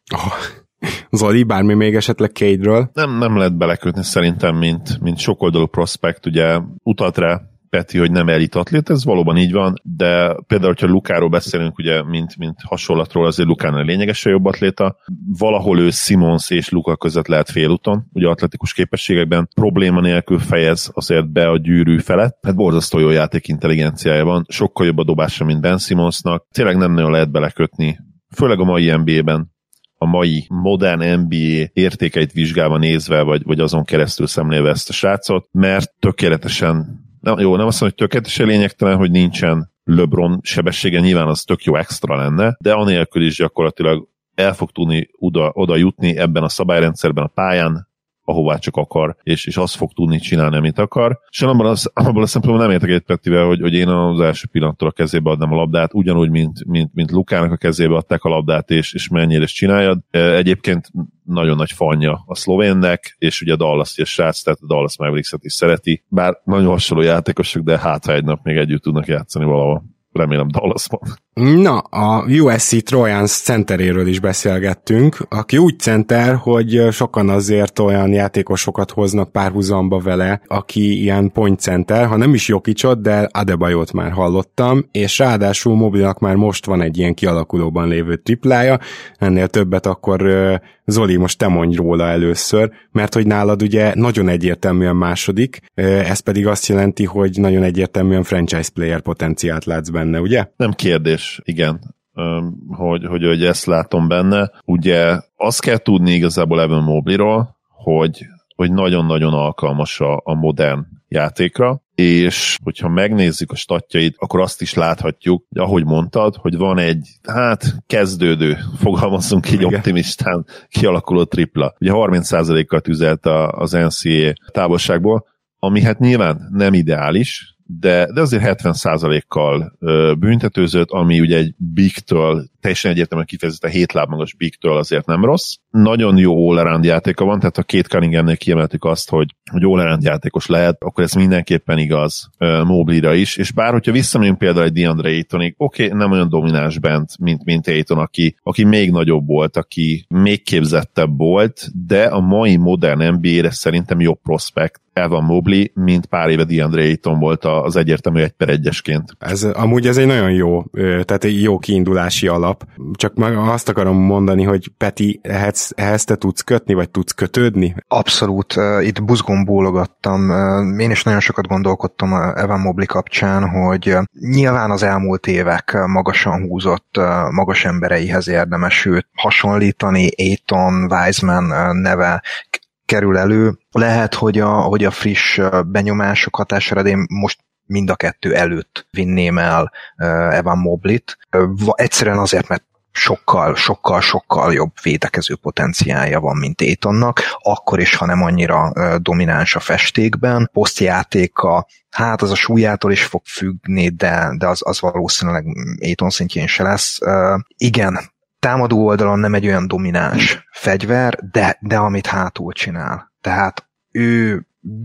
Zoli, bármi még esetleg Cade-ről? Nem lehet belekötni szerintem, mint sokoldalú prospekt, ugye utalt rá Peti, hogy nem elit atlét, ez valóban így van, de például, hogyha Lukáról beszélünk, ugye, mint hasonlatról, azért Lukánál lényegesen jobb atléta. Valahol ő Simmons és Luka között lehet félúton, ugye atletikus képességekben probléma nélkül fejez azért be a gyűrű felett. Hát borzasztó jó játék intelligenciája van, sokkal jobb a dobása, mint Ben Simmonsnak. Tényleg nem nagyon lehet belekötni, főleg a mai NBA-ben, a mai modern NBA értékeit vizsgálva nézve, vagy azon keresztül szemlélve ezt a srácot, mert tökéletesen, nem azt mondom, hogy tökéletesen lényegtelen, hogy nincsen LeBron sebessége, nyilván az tök jó extra lenne, de anélkül is gyakorlatilag el fog tudni oda jutni ebben a szabályrendszerben a pályán, ahová csak akar, és azt fog tudni csinálni, amit akar. És abban a szempontból nem értek egy Pettivel, hogy én az első pillanattól a kezébe adnám a labdát, ugyanúgy, mint Lukának a kezébe adták a labdát, és mennyire ezt csináljad. Egyébként nagyon nagy fanja a szlovénnek, és ugye a Dallas és srác, tehát a Dallas Mavericks-et is szereti, bár nagyon hasonló játékosok, de hát ha egy nap még együtt tudnak játszani valahol. Remélem Dallasban. Na, a USC Trojans centeréről is beszélgettünk, aki úgy center, hogy sokan azért olyan játékosokat hoznak párhuzamba vele, aki ilyen point center, ha nem is Jokicot, de Adebayot már hallottam, és ráadásul Mobleynak már most van egy ilyen kialakulóban lévő triplája, ennél többet akkor Zoli, most te mondj róla először, mert hogy nálad ugye nagyon egyértelműen második, ez pedig azt jelenti, hogy nagyon egyértelműen franchise player potenciált látsz benne, ugye? Nem kérdés, igen, hogy ezt látom benne. Ugye azt kell tudni igazából Evan Mobleyról, hogy nagyon-nagyon alkalmas a modern játékra, és hogyha megnézzük a statjait, akkor azt is láthatjuk, hogy ahogy mondtad, hogy van egy, kezdődő, fogalmazunk így optimistán, kialakuló tripla. Ugye 30%-kal tüzelt az NCAA távolságból, ami hát nyilván nem ideális, de azért 70%-kal büntetőzött, ami ugye egy big-től teljesen egyértelműen kifejezett a 7 láb magas Big-től azért nem rossz. Nagyon jó all-around játéka van, tehát a Kate Cunninghamnél kiemeltük azt, hogy all-around játékos lehet, akkor ez mindenképpen igaz Mobley-ra is, és bár hogyha visszamegyünk például egy DeAndre Aytonig, nem olyan domináns bent, mint Ayton, aki még nagyobb volt, aki még képzettebb volt, de a mai modern NBA-re szerintem jobb prospekt Evan Mobley, mint pár éve DeAndre Ayton volt az egyértelmű 1/1-esként. Amúgy ez egy nagyon jó, tehát egy jó kiindulási alap. Csak azt akarom mondani, hogy Peti, ehhez te tudsz kötni, vagy tudsz kötődni? Abszolút. Itt buzgón bólogattam. Én is nagyon sokat gondolkodtam Evan Mobley kapcsán, hogy nyilván az elmúlt évek magasan húzott magas embereihez érdemes őt hasonlítani, Ayton, Wiseman neve kerül elő. Lehet, hogy a friss benyomások hatására, de én most mind a kettő előtt vinném el Evan Mobleyt. Egyszerűen azért, mert sokkal jobb védekező potenciálja van, mint Aytonnak, akkor is, ha nem annyira domináns a festékben. Posztjátéka, hát az a súlyától is fog függni, de az valószínűleg Ayton szintjén se lesz. Igen, támadó oldalon nem egy olyan domináns fegyver, de amit hátul csinál. Tehát ő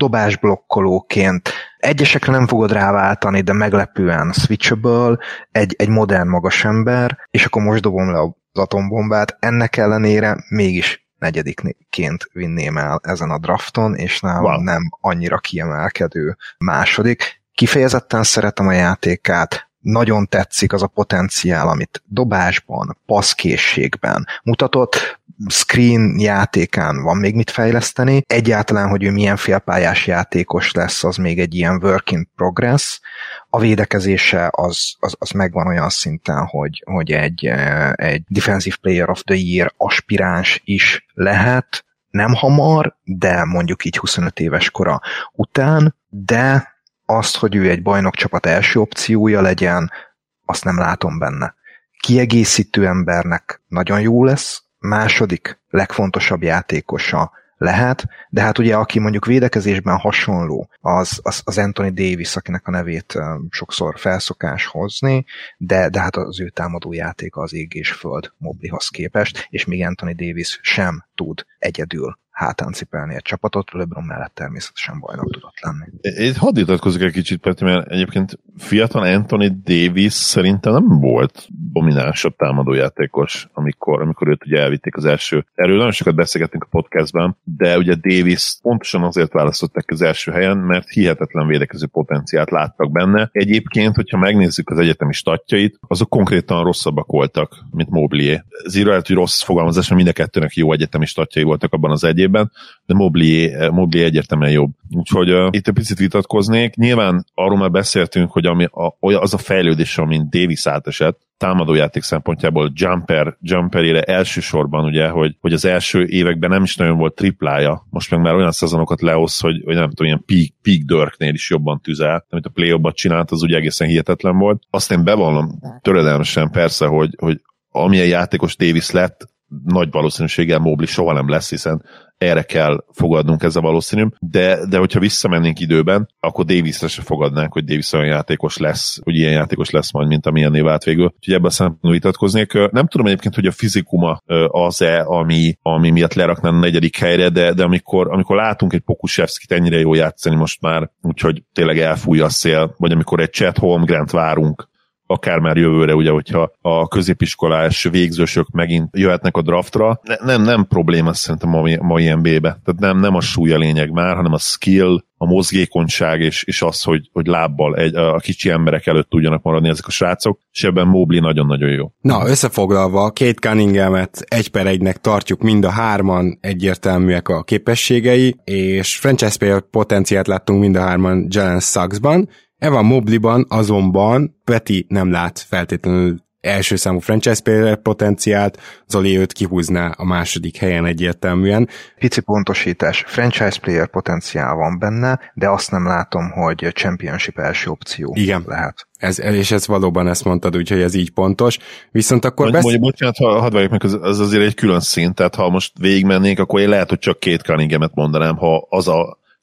dobásblokkolóként egyesekre nem fogod ráváltani, de meglepően switchable, egy modern magas ember, és akkor most dobom le az atombombát, ennek ellenére mégis negyedikként vinném el ezen a drafton, és nem annyira kiemelkedő második. Kifejezetten szeretem a játékát, nagyon tetszik az a potenciál, amit dobásban, passzkészségben mutatott, screen játékán van még mit fejleszteni. Egyáltalán, hogy ő milyen félpályás játékos lesz, az még egy ilyen work in progress. A védekezése az megvan olyan szinten, hogy egy Defensive Player of the Year aspiráns is lehet, nem hamar, de mondjuk így 25 éves kora után, de azt, hogy ő egy bajnokcsapat első opciója legyen, azt nem látom benne. Kiegészítő embernek nagyon jó lesz, második legfontosabb játékosa lehet, de hát ugye aki mondjuk védekezésben hasonló, az Anthony Davis, akinek a nevét sokszor felszokás hozni, de hát az ő támadó játéka az ég és föld Mobleyhoz képest, és még Anthony Davis sem tud egyedül hátán cipelni egy csapatot, LeBron mellett természetesen bajnok tudott lenni. Én hadd vitatkozik egy kicsit, Peti, mert egyébként fiatal Anthony Davis szerintem nem volt dominánsabb támadójátékos, amikor őt ugye elvitték az első. Erről nagyon sokat beszélgettünk a podcastben, de ugye Davis pontosan azért választották az első helyen, mert hihetetlen védekező potenciált láttak benne. Egyébként, hogyha megnézzük az egyetemi statjait, azok konkrétan rosszabbak voltak, mint Mobley. Ez lehet, hogy rossz fogalmazás, mert mind a kettőnek jó egyetemi statjai voltak abban az egyében, de Mobley egyértelműen jobb. Úgyhogy itt egy picit vitatkoznék. Nyilván arról már beszéltünk, hogy az a fejlődés, amin Davis átesett, támadójáték szempontjából jumperére elsősorban, ugye, hogy az első években nem is nagyon volt triplája, most meg már olyan szezonokat lehoz, hogy nem tudom, ilyen peak Dirknél is jobban tüzel, amit a play-offban csinált, az ugye egészen hihetetlen volt. Azt én bevallom töredelmesen persze, hogy amilyen játékos Davis lett, nagy valószínűséggel Mobley soha nem lesz, hiszen erre kell fogadnunk, ez a valószínű, de hogyha visszamennénk időben, akkor Davisre se fogadnánk, hogy Davis olyan játékos lesz, hogy ilyen játékos lesz majd, mint amilyenné vált végül. Úgyhogy ebben a szempontból vitatkoznék. Nem tudom egyébként, hogy a fizikuma az-e, ami miatt leraknám a 4. helyre, de amikor látunk egy Pokusevskit ennyire jól játszani most már, úgyhogy tényleg elfúj a szél, vagy amikor egy Chet Holmgrent várunk, akár már jövőre, ugye, hogyha a középiskolás végzősök megint jöhetnek a draftra. Nem probléma szerintem a mai NBA-be. Tehát nem a súly a lényeg már, hanem a skill, a mozgékonyság, és az, hogy lábbal a kicsi emberek előtt tudjanak maradni ezek a srácok, és ebben Mobley nagyon-nagyon jó. Na, összefoglalva, Kate Cunninghamet 1/1-nek tartjuk, mind a hárman egyértelműek a képességei, és franchise player potenciált láttunk mind a hárman Jalen Suggsban. Evan Mobleyban azonban Peti nem lát feltétlenül első számú franchise player potenciált, Zoli őt kihúzná a második helyen egyértelműen. Pici pontosítás, franchise player potenciál van benne, de azt nem látom, hogy championship első opció lehet. És ez valóban ezt mondtad, úgyhogy ez így pontos. Viszont akkor bocsánat, hadd várjuk meg, ez azért egy külön szint, tehát ha most végigmennénk, akkor én lehet, hogy csak Kate Cunninghamet mondanám, ha az a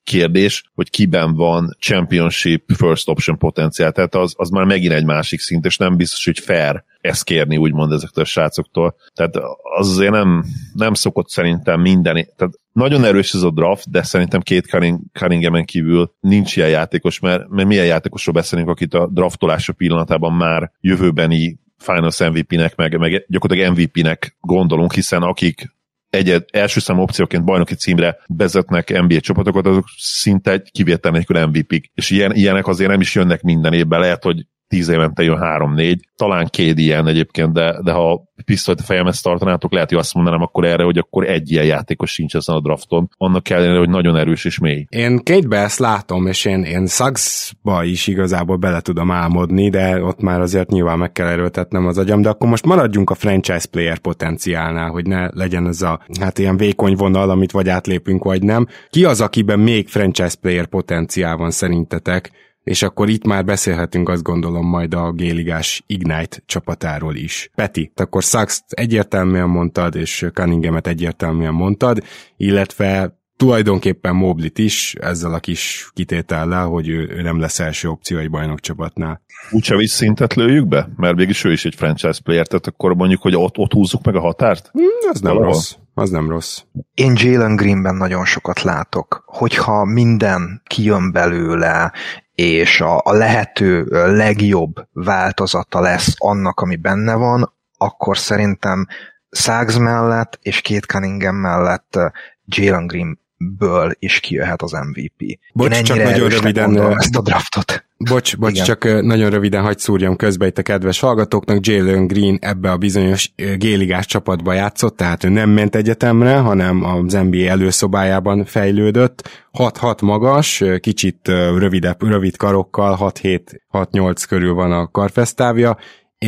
kérdés, hogy kiben van championship first option potenciál, tehát az már megint egy másik szint, és nem biztos, hogy fair ezt kérni, úgymond ezektől a srácoktól. Tehát az azért nem szokott szerintem minden, tehát nagyon erős ez a draft, de szerintem Kate Cunninghamen kívül nincs ilyen játékos, mert milyen játékosról beszélünk, akit a draftolása pillanatában már jövőbeni Finals MVP-nek, meg gyakorlatilag MVP-nek gondolunk, hiszen akik első számú opcióként bajnoki címre vezetnek NBA csapatokat, azok szinte egy kivétel nélkül MVP-k. És ilyenek azért nem is jönnek minden évben, lehet, hogy 10 évente jön 3-4, talán 2 ilyen egyébként, de ha pisztolyt a fejemhez tartanátok, lehet, hogy azt mondanám akkor erre, hogy akkor egy ilyen játékos sincs ezen a drafton, annak ellenére, hogy nagyon erős és mély. Én Kate-be ezt látom, és én Suggsba is igazából bele tudom álmodni, de ott már azért nyilván meg kell erőltetnem az agyam, de akkor most maradjunk a franchise player potenciálnál, hogy ne legyen ez a ilyen vékony vonal, amit vagy átlépünk, vagy nem. Ki az, akiben még franchise player potenciál van szerintetek? És akkor itt már beszélhetünk, azt gondolom, majd a G-ligás Ignite csapatáról is. Peti, akkor Suggs egyértelműen mondtad, és Cunninghamet egyértelműen mondtad, illetve tulajdonképpen Moblit is, ezzel a kis kitétellel, hogy ő nem lesz első opció egy bajnokcsapatnál. Vucevic szintet lőjük be? Mert végig ő is egy franchise player, tehát akkor mondjuk, hogy ott húzzuk meg a határt? Az nem rossz. Az nem rossz. Én Jalen Greenben nagyon sokat látok. Hogyha minden kijön belőle, és a lehető legjobb változata lesz annak, ami benne van, akkor szerintem Suggs mellett és Kate Cunningham mellett Jalen Greenből is kijöhet az MVP. Bocs, csak nagyon röviden ezt a draftot. Bocs, csak nagyon röviden hadd szúrjam közbe itt a kedves hallgatóknak. Jalen Green ebbe a bizonyos G-ligás csapatba játszott, tehát ő nem ment egyetemre, hanem az NBA előszobájában fejlődött. 6-6 magas, kicsit rövid karokkal, 6-8 körül van a karfesztávja,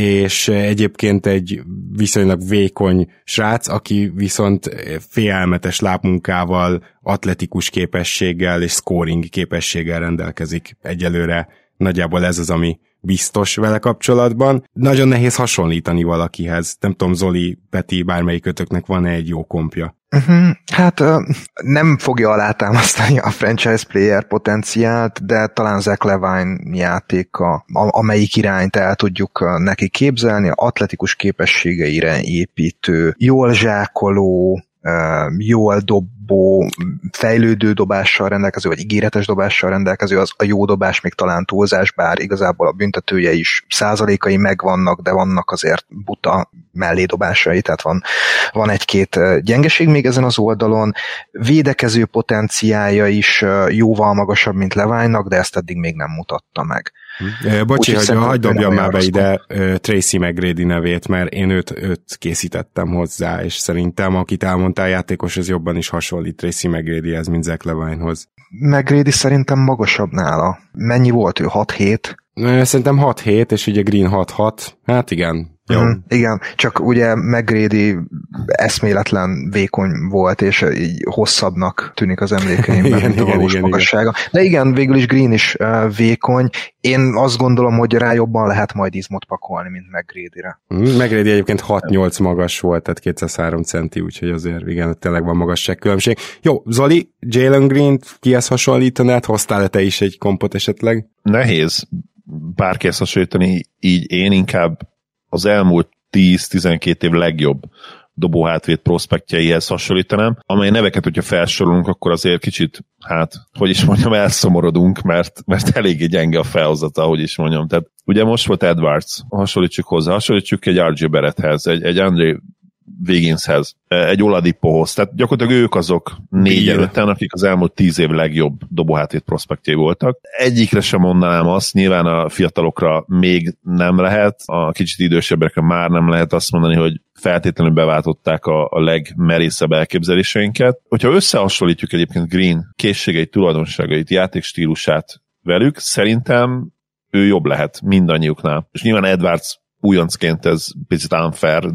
és egyébként egy viszonylag vékony srác, aki viszont félelmetes lábmunkával, atletikus képességgel és scoring képességgel rendelkezik egyelőre. Nagyjából ez az, ami biztos vele kapcsolatban. Nagyon nehéz hasonlítani valakihez. Nem tudom, Zoli, Peti, bármelyikötöknek van-e egy jó kompja? Hát nem fogja alátámasztani a franchise player potenciált, de talán Zach Levine játéka, amelyik irányt el tudjuk neki képzelni, atletikus képességeire építő, jól zsákoló, jól dobó, fejlődő dobással rendelkező, vagy ígéretes dobással rendelkező, az a jó dobás még talán túlzás, bár igazából a büntetője is százalékai megvannak, de vannak azért buta mellé-dobásai, tehát van egy-két gyengeség még ezen az oldalon. Védekező potenciálja is jóval magasabb, mint Levine-nak, de ezt eddig még nem mutatta meg. Bocsi, hogy hagyd dobjam már be ide Tracy McGrady nevét, mert én őt készítettem hozzá, és szerintem, akit elmondtál, játékos, az jobban is hasonlít Tracy McGradyhez, mint Zach Levinehoz. McGrady szerintem magasabb nála. Mennyi volt ő? 6-7? Szerintem 6-7, és ugye Green 6-6. Hát igen. Jó. Igen, csak ugye McGrady eszméletlen vékony volt, és így hosszabbnak tűnik az emlékeimben, mint a valós magassága. De igen, végül is Green is vékony. Én azt gondolom, hogy rá jobban lehet majd izmot pakolni, mint McGrady-re. McGrady egyébként 6-8 magas volt, tehát 203 centi, úgyhogy azért igen, tényleg van magasságkülönbség. Jó, Zoli, Jalen Green-t kihez hasonlítanád? Hoztál-e te is egy kompot esetleg? Nehéz bárkihez hasonlítani, így én inkább az elmúlt 10-12 év legjobb dobóhátvét prospektjeihez hasonlítanám, amely neveket, hogyha felsorolunk, akkor azért kicsit, elszomorodunk, mert eléggé gyenge a felhozata, ahogy is mondjam. Tehát ugye most volt Edwards, hasonlítsuk egy RJ Barretthez, egy Andre Wigginshez, egy Oladipohoz, tehát gyakorlatilag ők azok 4-5-en, akik az elmúlt 10 év legjobb dobóhátvét prospektjei voltak. Egyikre sem mondanám azt, nyilván a fiatalokra még nem lehet, a kicsit idősebbekre már nem lehet azt mondani, hogy feltétlenül beváltották a legmerészebb elképzeléseinket. Hogyha összehasonlítjuk egyébként Green készségeit, tulajdonságait, játékstílusát velük, szerintem ő jobb lehet mindannyiuknál. És nyilván Edwards újoncként ez picit unfair,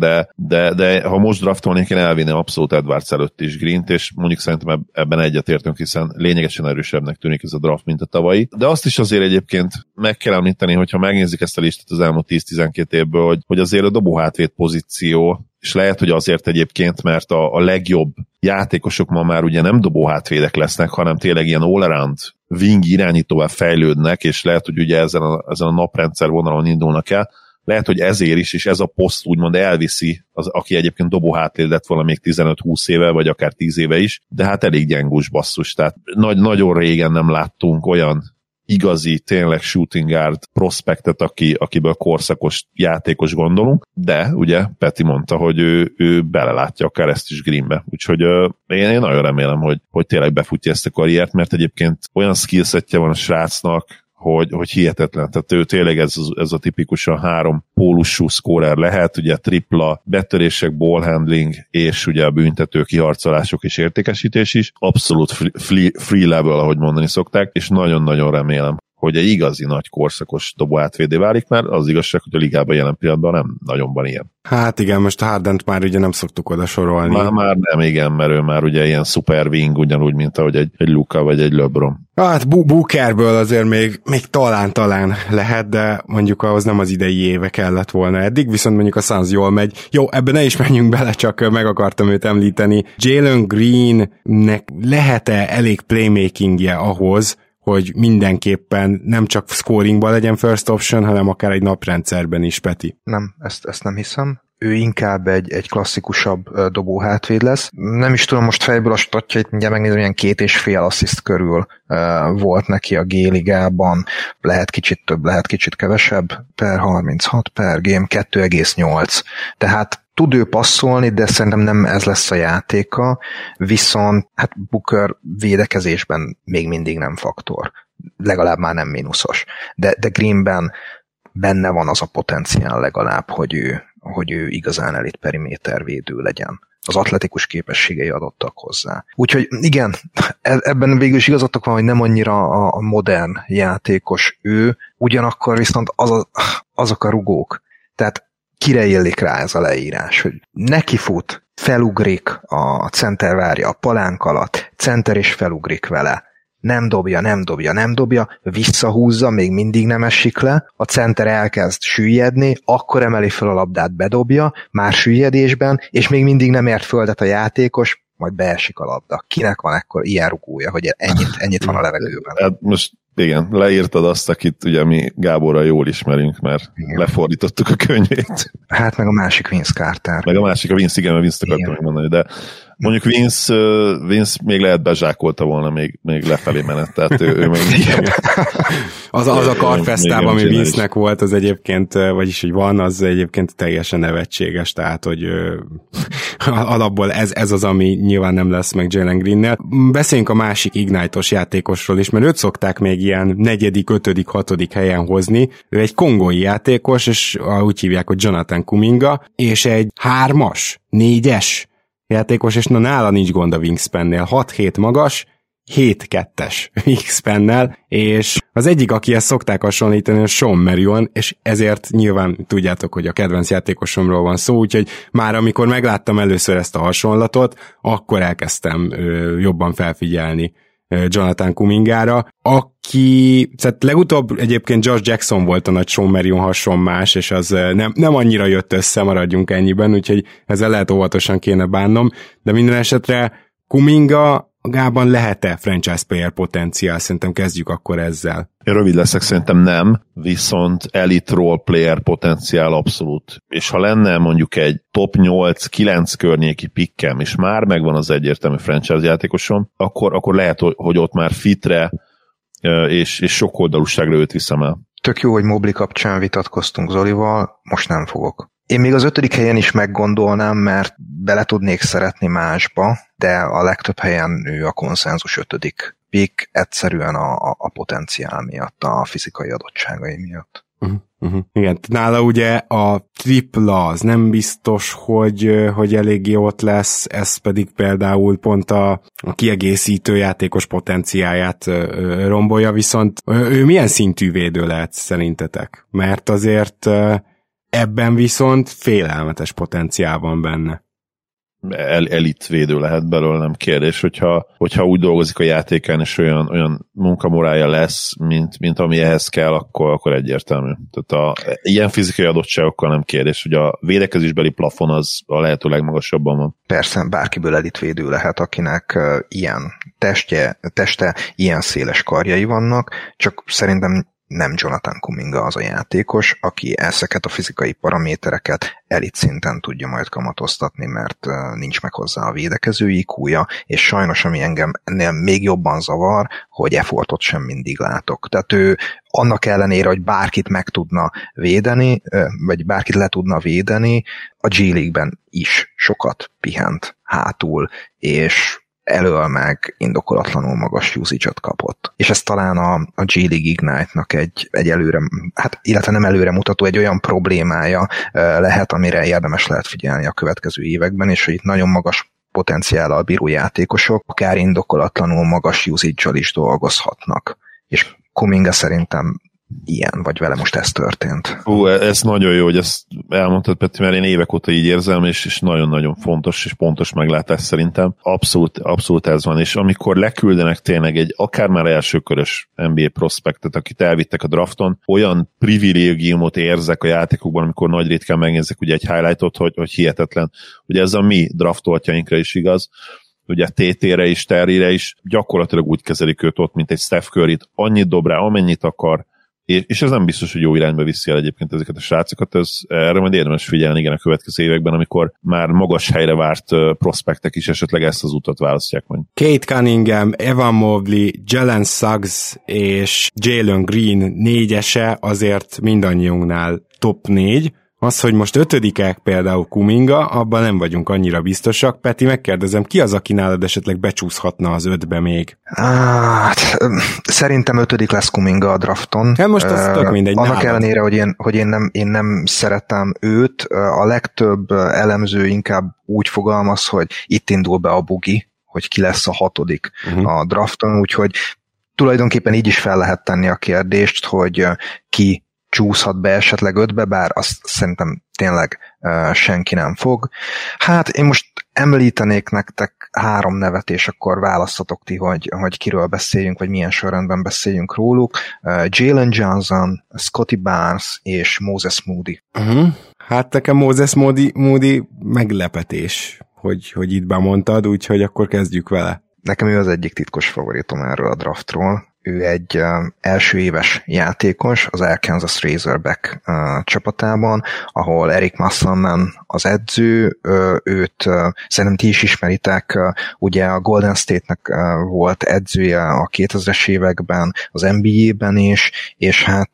de ha most draftolnék, én elvinném abszolút Edwards előtt is Greent, és mondjuk szerintem ebben egyetértünk, hiszen lényegesen erősebbnek tűnik ez a draft, mint a tavalyi. De azt is azért egyébként meg kell említeni, hogyha megnézik ezt a listát az elmúlt 10-12 évből, hogy azért a dobóhátvéd pozíció, és lehet, hogy azért egyébként, mert a legjobb játékosok ma már ugye nem dobóhátvédek lesznek, hanem tényleg ilyen all-around wing irányítóval fejlődnek, és lehet, hogy ugye ezen a naprendszer vonalon indulnak el. Lehet, hogy ezért is, és ez a poszt úgymond elviszi, aki egyébként dobóhátvéd lett volna még 15-20 éve, vagy akár 10 éve is, de hát elég gyengus basszus. Tehát nagyon régen nem láttunk olyan igazi, tényleg shooting guard prospektet, akiből korszakos játékos gondolunk, de ugye Peti mondta, hogy ő belelátja akár ezt is Greenbe. Úgyhogy én nagyon remélem, hogy tényleg befutja ezt a karriert, mert egyébként olyan skillsetje van a srácnak, hogy hihetetlen. Tehát ő tényleg ez a tipikusan 3 pólusú scorer lehet, ugye tripla, betörések, ball handling, és ugye a büntető kiharcolások és értékesítés is. Abszolút free level, ahogy mondani szokták, és nagyon-nagyon remélem, hogy egy igazi nagy korszakos dobóhátvédé válik, mert az igazság, hogy a ligában jelen pillanatban nem nagyon van ilyen. Hát igen, most a Hardent már ugye nem szoktuk oda sorolni. Már nem, igen, mert ő már ugye ilyen super wing, ugyanúgy, mint ahogy egy Luka vagy egy LeBron. Hát Bookerből azért még talán lehet, de mondjuk ahhoz nem az idei éve kellett volna eddig, viszont mondjuk a Suns jól megy. Jó, ebben ne is menjünk bele, csak meg akartam őt említeni. Jalen Greennek lehet-e elég playmakingje ahhoz, hogy mindenképpen nem csak scoringban legyen first option, hanem akár egy naprendszerben is, Peti? Nem, ezt nem hiszem. Ő inkább egy klasszikusabb dobóhátvéd lesz. Nem is tudom most fejből a statjait, mindjárt megnézem, ilyen 2,5 assziszt körül volt neki a G-ligában. Lehet kicsit több, lehet kicsit kevesebb. Per 36, per game 2,8. Tehát tud ő passzolni, de szerintem nem ez lesz a játéka, viszont hát Booker védekezésben még mindig nem faktor. Legalább már nem mínuszos. De Greenben benne van az a potenciál legalább, hogy ő igazán elit perimétervédő legyen. Az atletikus képességei adottak hozzá. Úgyhogy igen, ebben végül is igazadtok van, hogy nem annyira a modern játékos ő, ugyanakkor viszont azok a rugók. Tehát kire illik rá ez a leírás, hogy neki fut, felugrik, a center várja a palánk alatt, center is felugrik vele, nem dobja, visszahúzza, még mindig nem esik le, a center elkezd süllyedni, akkor emeli fel a labdát, bedobja, már süllyedésben, és még mindig nem ért földet a játékos, majd beesik a labda. Kinek van ekkor ilyen rugója, hogy ennyit van a levegőben? Hát most igen, leírtad azt, akit ugye mi Gáborral jól ismerünk, mert igen, lefordítottuk a könyvét. Hát meg a másik Vince Carter. Meg a másik a Vince, igen, mert Vince-t akartam megmondani, de mondjuk Vince még lehet bezsákolta volna még lefelé menet, tehát ő még az a karfesztáv, ami Vince-nek volt, az egyébként, vagyis hogy van, az egyébként teljesen nevetséges, tehát hogy alapból ez az, ami nyilván nem lesz meg Jalen Greennel. Beszéljünk a másik Ignite-os játékosról is, mert őt szokták még ilyen 4., 5., 6. helyen hozni. Ő egy kongói játékos, és úgy hívják, hogy Jonathan Kuminga, és egy 3-as, 4-es játékos, és nála nincs gond a wingspan-nél. 6-7 magas, 7-2-es wingspan-nel, és az egyik, akihez szokták hasonlítani, a Sean Marion, és ezért nyilván tudjátok, hogy a kedvenc játékosomról van szó, úgyhogy már amikor megláttam először ezt a hasonlatot, akkor elkezdtem jobban felfigyelni Jonathan Kumingára, aki, tehát legutóbb egyébként Josh Jackson volt a nagy Sean Marion hasonmás, és az nem annyira jött össze, maradjunk ennyiben, úgyhogy ezzel lehet óvatosan kéne bánnom, de minden esetre Kuminga magában lehet-e franchise player potenciál? Szerintem kezdjük akkor ezzel. Én rövid leszek, szerintem nem, viszont elite role player potenciál abszolút. És ha lenne mondjuk egy top 8-9 környéki pikkem, és már megvan az egyértelmű franchise játékosom, akkor lehet, hogy ott már fitre és sokoldalúságra őt viszem el. Tök jó, hogy Mobley kapcsán vitatkoztunk Zolival, most nem fogok. Én még az 5. helyen is meggondolnám, mert bele tudnék szeretni másba, de a legtöbb helyen ő a konszenzus 5. pick, egyszerűen a potenciál miatt, a fizikai adottságai miatt. Igen, nála ugye a tripla az nem biztos, hogy eléggé ott lesz, ez pedig például pont a kiegészítő játékos potenciáját rombolja, viszont ő milyen szintű védő lehet szerintetek? Mert azért Ebben viszont félelmetes potenciál van benne. Elit védő lehet belőle, nem kérdés, hogyha úgy dolgozik a játékán, és olyan munkamorálja lesz, mint ami ehhez kell, akkor egyértelmű. Tehát ilyen fizikai adottságokkal nem kérdés, hogy a védekezésbeli plafon az a lehető legmagasabban van. Persze, bárkiből elitvédő lehet, akinek ilyen teste, ilyen széles karjai vannak, csak szerintem nem Jonathan Kuminga az a játékos, aki ezeket a fizikai paramétereket elit szinten tudja majd kamatoztatni, mert nincs meg hozzá a védekező IQ-ja, és sajnos, ami engem ennél még jobban zavar, hogy effortot sem mindig látok. Tehát ő annak ellenére, hogy bárkit meg tudna védeni, vagy bárkit le tudna védeni, a G-League-ben is sokat pihent hátul, és elől meg indokolatlanul magas usage-ot kapott. És ez talán a G-League Ignite-nak egy előre, hát illetve nem előre mutató, egy olyan problémája lehet, amire érdemes lehet figyelni a következő években, és hogy itt nagyon magas potenciállal bíró játékosok akár indokolatlanul magas usage-al is dolgozhatnak. És Kuminga szerintem ilyen, vagy vele most ez történt. Ez nagyon jó, hogy ezt elmondtad, Peti, mert én évek óta így érzem, és nagyon-nagyon fontos és pontos meglátás szerintem. Abszolút ez van, és amikor leküldenek tényleg egy akár már elsőkörös NBA prospektet, akit elvittek a drafton, olyan privilégiumot érzek a játékokban, amikor nagy ritkán megnézek ugye egy highlightot, hogy hihetetlen. Ugye ez a mi draftoltjainkra is igaz, ugye TT-re is, Terryre is, gyakorlatilag úgy kezelik őt ott, mint egy Steph Curryt, annyit dob rá, amennyit akar, és ez nem biztos, hogy jó irányba viszi el egyébként ezeket a srácokat, erre majd érdemes figyelni igen a következő években, amikor már magas helyre várt prospektek is esetleg ezt az utat választják majd. Kate Cunningham, Evan Mobley, Jalen Suggs és Jalen Green négyese azért mindannyiunknál top 4. Az, hogy most ötödikek például Kuminga, abban nem vagyunk annyira biztosak. Peti, megkérdezem, ki az, aki nálad esetleg becsúszhatna az 5-be még? Szerintem 5. lesz Kuminga a drafton. Hát most az tök mindegy. Annak ellenére, hogy én nem szeretem őt, a legtöbb elemző inkább úgy fogalmaz, hogy itt indul be a bugi, hogy ki lesz a 6. a drafton, úgyhogy tulajdonképpen így is fel lehet tenni a kérdést, hogy ki csúszhat be esetleg 5-be, bár azt szerintem tényleg senki nem fog. Hát én most említenék nektek 3 nevet, és akkor választatok ti, hogy kiről beszéljünk, vagy milyen sorrendben beszéljünk róluk. Jalen Johnson, Scotty Barnes és Moses Moody. Hát nekem Moses Moody meglepetés, hogy itt bemondtad, úgyhogy akkor kezdjük vele. Nekem ő az egyik titkos favoritom erről a draftról. Ő egy első éves játékos az Arkansas Razorback csapatában, ahol Eric Musselman az edző, őt szerintem ti is ismeritek, ugye a Golden State-nek volt edzője a 2000-es években, az NBA-ben is, és hát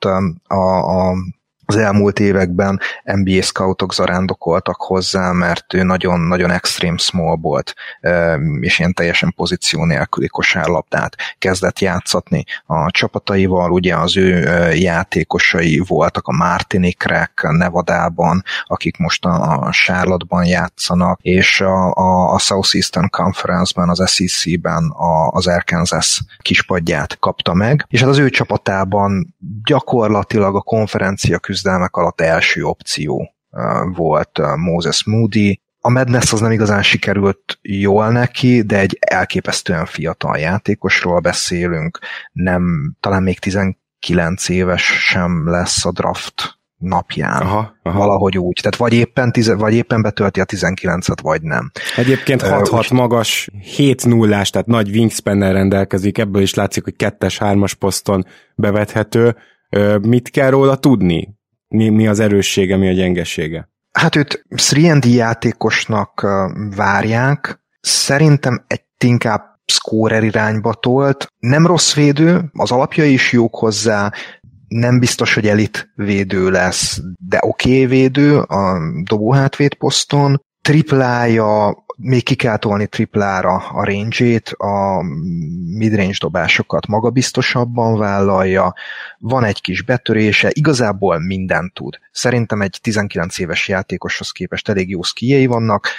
az elmúlt években NBA scoutok zarándokoltak hozzá, mert ő nagyon-nagyon extreme small volt, és ilyen teljesen pozíció nélküli kosárlabdát kezdett játszatni a csapataival. Ugye az ő játékosai voltak a Martinique Rec Nevadában, akik most a Charlotte-ban játszanak, és a Southeastern Conference-ben, az SEC-ben az Arkansas kispadját kapta meg, és hát az ő csapatában gyakorlatilag a konferencia küzdelmek alatt első opció volt Moses Moody. A Madness az nem igazán sikerült jól neki, de egy elképesztően fiatal játékosról beszélünk, nem, talán még 19 éves sem lesz a draft napján. Aha. Valahogy úgy. Tehát vagy éppen betölti a 19-et, vagy nem. Egyébként 6-6 magas, 7-0-ás, tehát nagy wingspannel rendelkezik, ebből is látszik, hogy 2-es, 3-as poszton bevethető. Mit kell róla tudni? Mi az erőssége, mi a gyengesége? Hát őt 3&D játékosnak várják. Szerintem egy inkább scorer irányba tolt. Nem rossz védő, az alapjai is jók hozzá, nem biztos, hogy elit védő lesz, de oké védő a dobóhátvéd poszton. Triplája, még ki kell tolni triplára a range-ét, a midrange dobásokat magabiztosabban vállalja, van egy kis betörése, igazából mindent tud. Szerintem egy 19 éves játékoshoz képest elég jó szkijei vannak,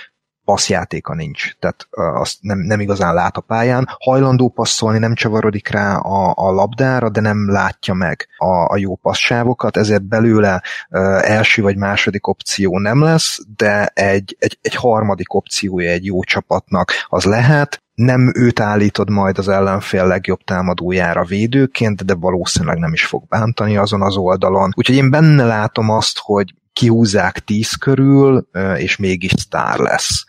passzjátéka nincs, tehát azt nem igazán lát a pályán, hajlandó passzolni, nem csavarodik rá a labdára, de nem látja meg a jó passsávokat, ezért belőle első vagy második opció nem lesz, de egy harmadik opciója egy jó csapatnak az lehet. Nem őt állítod majd az ellenfél legjobb támadójára védőként, de valószínűleg nem is fog bántani azon az oldalon. Úgyhogy én benne látom azt, hogy kihúzzák 10 körül, és mégis sztár lesz.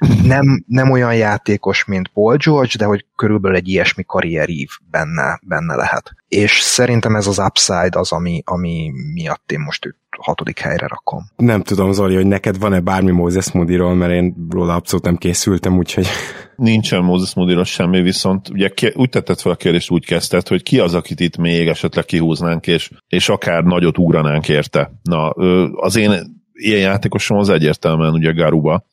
Nem olyan játékos, mint Paul George, de hogy körülbelül egy ilyesmi karrierív benne lehet. És szerintem ez az upside az, ami miatt én most őt 6. helyre rakom. Nem tudom, Zoli, hogy neked van-e bármi Moses Moody-ról, mert én róla abszolút nem készültem, úgyhogy... Nincsen Moses Moody-ról semmi, viszont ugye úgy tetted fel a kérdést, úgy kezdted, hogy ki az, akit itt még esetleg kihúznánk, és akár nagyot ugranánk érte. Na, az én ilyen játékosom az egyértelműen ugye Garuba.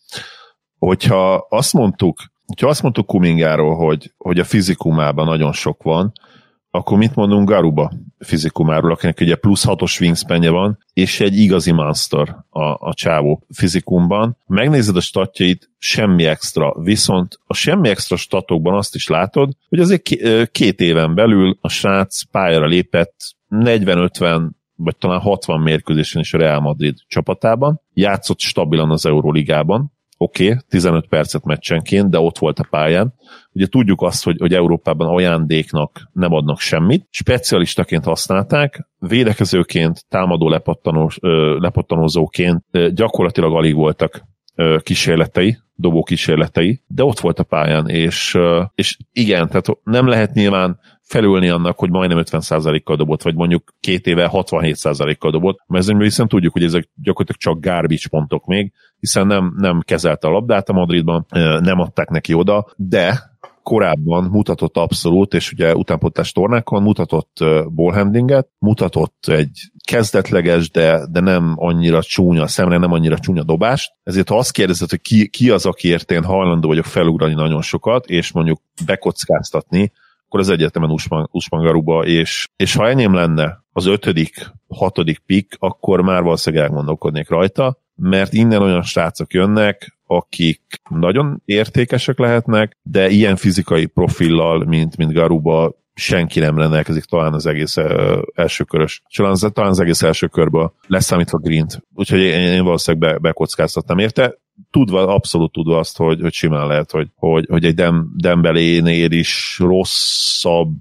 Hogyha azt mondtuk Kumingáról, hogy a fizikumában nagyon sok van, akkor mit mondunk Garuba fizikumáról, akinek ugye plusz 6-os wingspanje van, és egy igazi monster a csávó fizikumban. Megnézed a statjait, semmi extra, viszont a semmi extra statokban azt is látod, hogy azért 2 éven belül a srác pályára lépett 40-50 vagy talán 60 mérkőzésen is a Real Madrid csapatában, játszott stabilan az Euróligában, oké, 15 percet meccsenként, de ott volt a pályán. Ugye tudjuk azt, hogy Európában ajándéknak nem adnak semmit. Specialistaként használták, védekezőként, támadó lepattanózóként gyakorlatilag alig voltak kísérletei, dobó kísérletei, de ott volt a pályán, és igen, tehát nem lehet nyilván felülni annak, hogy majdnem 50%-kal dobott, vagy mondjuk 2 éve 67%-kal dobott, mert ezzel viszont tudjuk, hogy ezek gyakorlatilag csak garbage pontok még, hiszen nem kezelte a labdát a Madridban, nem adták neki oda, de korábban mutatott abszolút, és ugye utánpótlás tornákon mutatott ballhandlinget, mutatott egy kezdetleges, de nem annyira csúnya, szemre nem annyira csúnya dobást. Ezért ha azt kérdezed, hogy ki az, akiért én hajlandó vagyok felugrani nagyon sokat, és mondjuk bekockáztatni, akkor az egyértelműen Usman Garuba, és ha enyém lenne az 5., 6. pick, akkor már valószínűleg elgondolkodnék rajta, mert innen olyan srácok jönnek, akik nagyon értékesek lehetnek, de ilyen fizikai profillal, mint Garuba, senki nem rendelkezik, talán az egész elsőkörös. Talán az egész első körből leszámítva Greent. Úgyhogy én valószínűleg bekockáztattam érte. Abszolút tudva azt, hogy simán lehet, hogy egy Dembelénél is rosszabb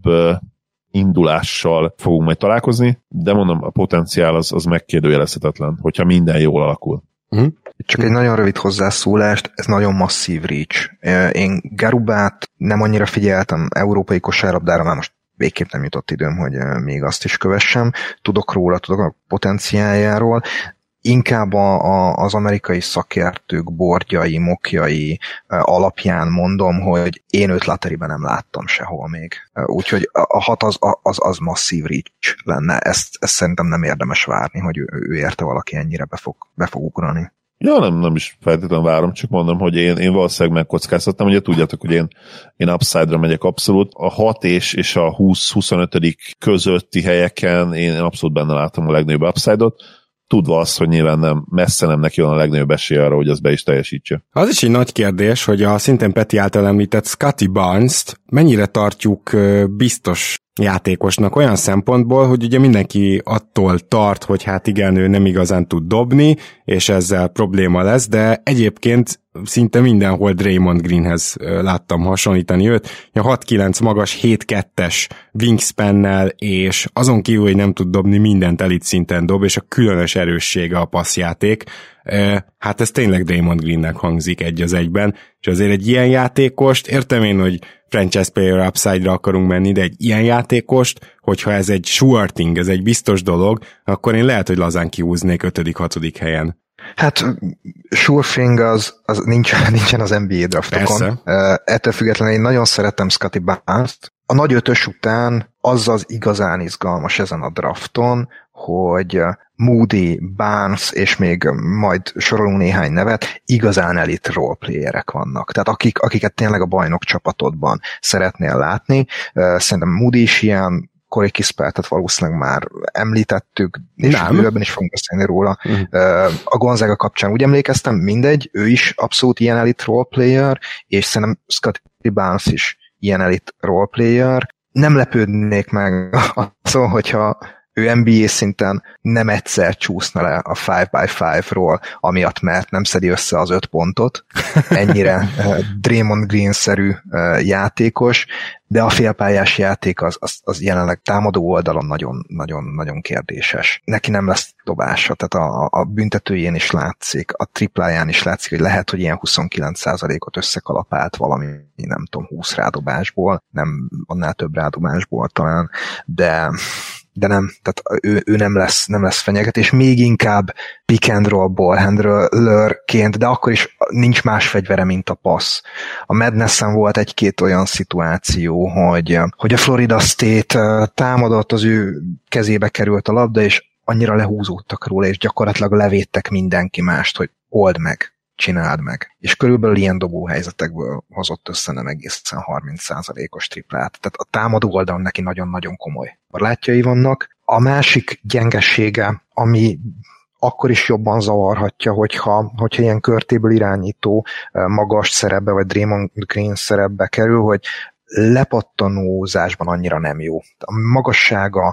indulással fogunk majd találkozni, de mondom, a potenciál az megkérdőjelezhetetlen, hogyha minden jól alakul. Csak egy nagyon rövid hozzászólást, ez nagyon masszív reach. Én Garubát nem annyira figyeltem európai kosárlabdára, már most végképp nem jutott időm, hogy még azt is kövessem. Tudok róla, tudok a potenciáljáról. Inkább az amerikai szakértők bordjai, mokjai alapján mondom, hogy én őt lotteryben nem láttam sehol még. Úgyhogy a 6 az masszív reach lenne. Ezt szerintem nem érdemes várni, hogy ő érte valaki ennyire be fog ugrani. Ja, nem is feltétlenül várom, csak mondom, hogy én valószínűleg megkockáztattam, ugye tudjátok, hogy én upside-ra megyek abszolút. A 6 és a 20-25 közötti helyeken én abszolút benne látom a legnagyobb upside-ot, tudva azt, hogy nyilván messze nem neki van a legnagyobb esélye arra, hogy az be is teljesítse. Az is egy nagy kérdés, hogy a szintén Peti által említett Scotty Barnes-t mennyire tartjuk biztos játékosnak olyan szempontból, hogy ugye mindenki attól tart, hogy hát igen, ő nem igazán tud dobni, és ezzel probléma lesz, de egyébként szinte mindenhol Draymond Greenhez láttam hasonlítani őt. 6-9 magas, 7-2-es wingspannel, és azon kívül, hogy nem tud dobni, mindent elit szinten dob, és a különös erőssége a passzjáték. Hát ez tényleg Draymond Greennek hangzik egy az egyben, és azért egy ilyen játékost, értem én, hogy franchise player upside-ra akarunk menni, de egy ilyen játékost, hogyha ez egy sure thing, ez egy biztos dolog, akkor én lehet, hogy lazán kihúznék 5.-6. helyen. Hát sure thing az nincsen az NBA draftokon. Ettől függetlenül én nagyon szeretem Scotty Barnes-t. A nagy 5-ös után az igazán izgalmas ezen a drafton, hogy Moody, Barnes, és még majd sorolunk néhány nevet, igazán elit roleplayerek vannak. Tehát akiket tényleg a bajnok csapatodban szeretnél látni. Szerintem Moody is ilyen, Corey Kispertet valószínűleg már említettük, és bővebben is fogunk beszélni róla. A Gonzaga kapcsán úgy emlékeztem, mindegy, ő is abszolút ilyen elit roleplayer, és szerintem Scottie Barnes is ilyen elit roleplayer. Nem lepődnék meg azon, hogyha ő NBA szinten nem egyszer csúszna le a 5x5-ról, amiatt, mert nem szedi össze az 5 pontot. Ennyire Draymond Green-szerű játékos, de a félpályás játék az jelenleg támadó oldalon nagyon kérdéses. Neki nem lesz dobása, tehát a büntetőjén is látszik, a tripláján is látszik, hogy lehet, hogy ilyen 29%-ot összekalapált valami, nem tudom, 20 rádobásból, nem annál több rádobásból talán, de nem, tehát ő nem lesz fenyegetés, még inkább pick and roll ballhandlerként, de akkor is nincs más fegyvere, mint a passz. A Madnessen volt egy-két olyan szituáció, hogy a Florida State támadott, az ő kezébe került a labda, és annyira lehúzódtak róla, és gyakorlatilag levédtek mindenki mást, hogy old meg, csináld meg. És körülbelül ilyen dobóhelyzetekből hozott össze nem egészen 30%-os triplát. Tehát a támadó oldalon neki nagyon-nagyon komoly barátjai vannak. A másik gyengesége, ami akkor is jobban zavarhatja, hogyha ilyen körtéből irányító magas szerepbe, vagy Draymond Green szerepbe kerül, hogy lepattanózásban annyira nem jó. A magassága,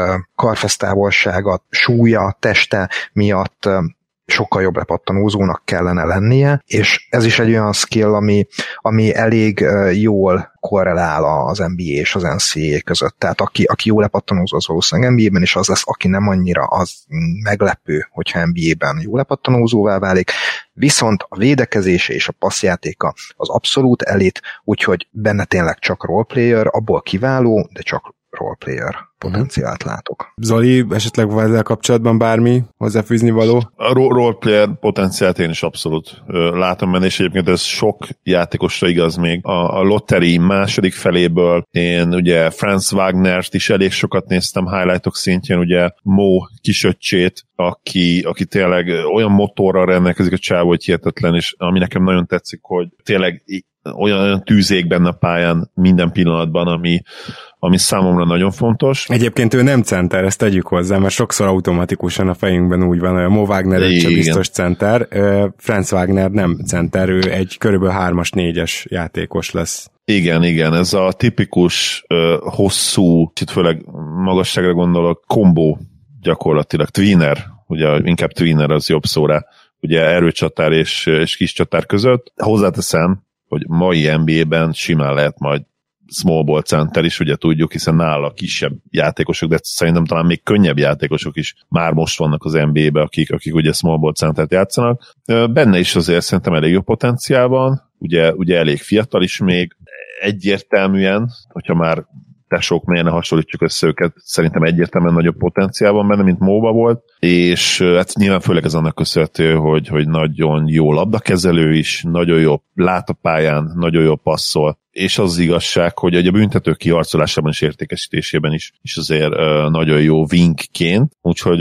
karfesztávolsága, súlya, teste miatt sokkal jobb lepattanózónak kellene lennie, és ez is egy olyan skill, ami elég jól korrelál az NBA és az NCAA között. Tehát aki jó lepattanózó, az valószínűleg NBA-ben is az lesz, aki nem annyira, az meglepő, hogyha NBA-ben jó lepattanózóvá válik. Viszont a védekezése és a passzjátéka az abszolút elit, úgyhogy benne tényleg csak roleplayer, abból kiváló, de csak roleplayer potenciált látok. Zoli, esetleg van ezzel kapcsolatban bármi hozzáfűzni való? A roleplayer potenciált én is abszolút látom benne, és egyébként ez sok játékosra igaz még. A lottery második feléből én ugye Franz Wagnert is elég sokat néztem highlightok szintjén, ugye Mo kisöccsét, aki tényleg olyan motorral rendelkezik a csávó, hogy hihetetlen, és ami nekem nagyon tetszik, hogy tényleg olyan tűzék benne a pályán minden pillanatban, ami számomra nagyon fontos. Egyébként ő nem center, ezt tegyük hozzá, mert sokszor automatikusan a fejünkben úgy van, hogy a Mo Wagner egy biztos center, Franz Wagner nem center, ő egy körülbelül 3-as, 4-es játékos lesz. Igen, ez a tipikus hosszú, itt főleg magasságra gondolok, kombó gyakorlatilag, tweener, ugye inkább tweener az jobb szó rá, ugye erőcsatár és kis csatár között. Hozzáteszem, hogy mai NBA-ben simán lehet majd small ball center is, ugye tudjuk, hiszen nála kisebb játékosok, de szerintem talán még könnyebb játékosok is már most vannak az NBA-be, akik ugye small ball centert játszanak. Benne is azért szerintem elég jó potenciál van, ugye elég fiatal is még, egyértelműen, hogyha már tesók, miért ne hasonlítjuk össze őket, szerintem egyértelműen nagyobb potenciál van benne, mint Móba volt, és hát nyilván főleg ez annak köszönhető, hogy nagyon jó labdakezelő is, nagyon jó lát a pályán, nagyon jó passzol, és az igazság, hogy a büntetők kiharcolásában és értékesítésében is azért nagyon jó wingként, úgyhogy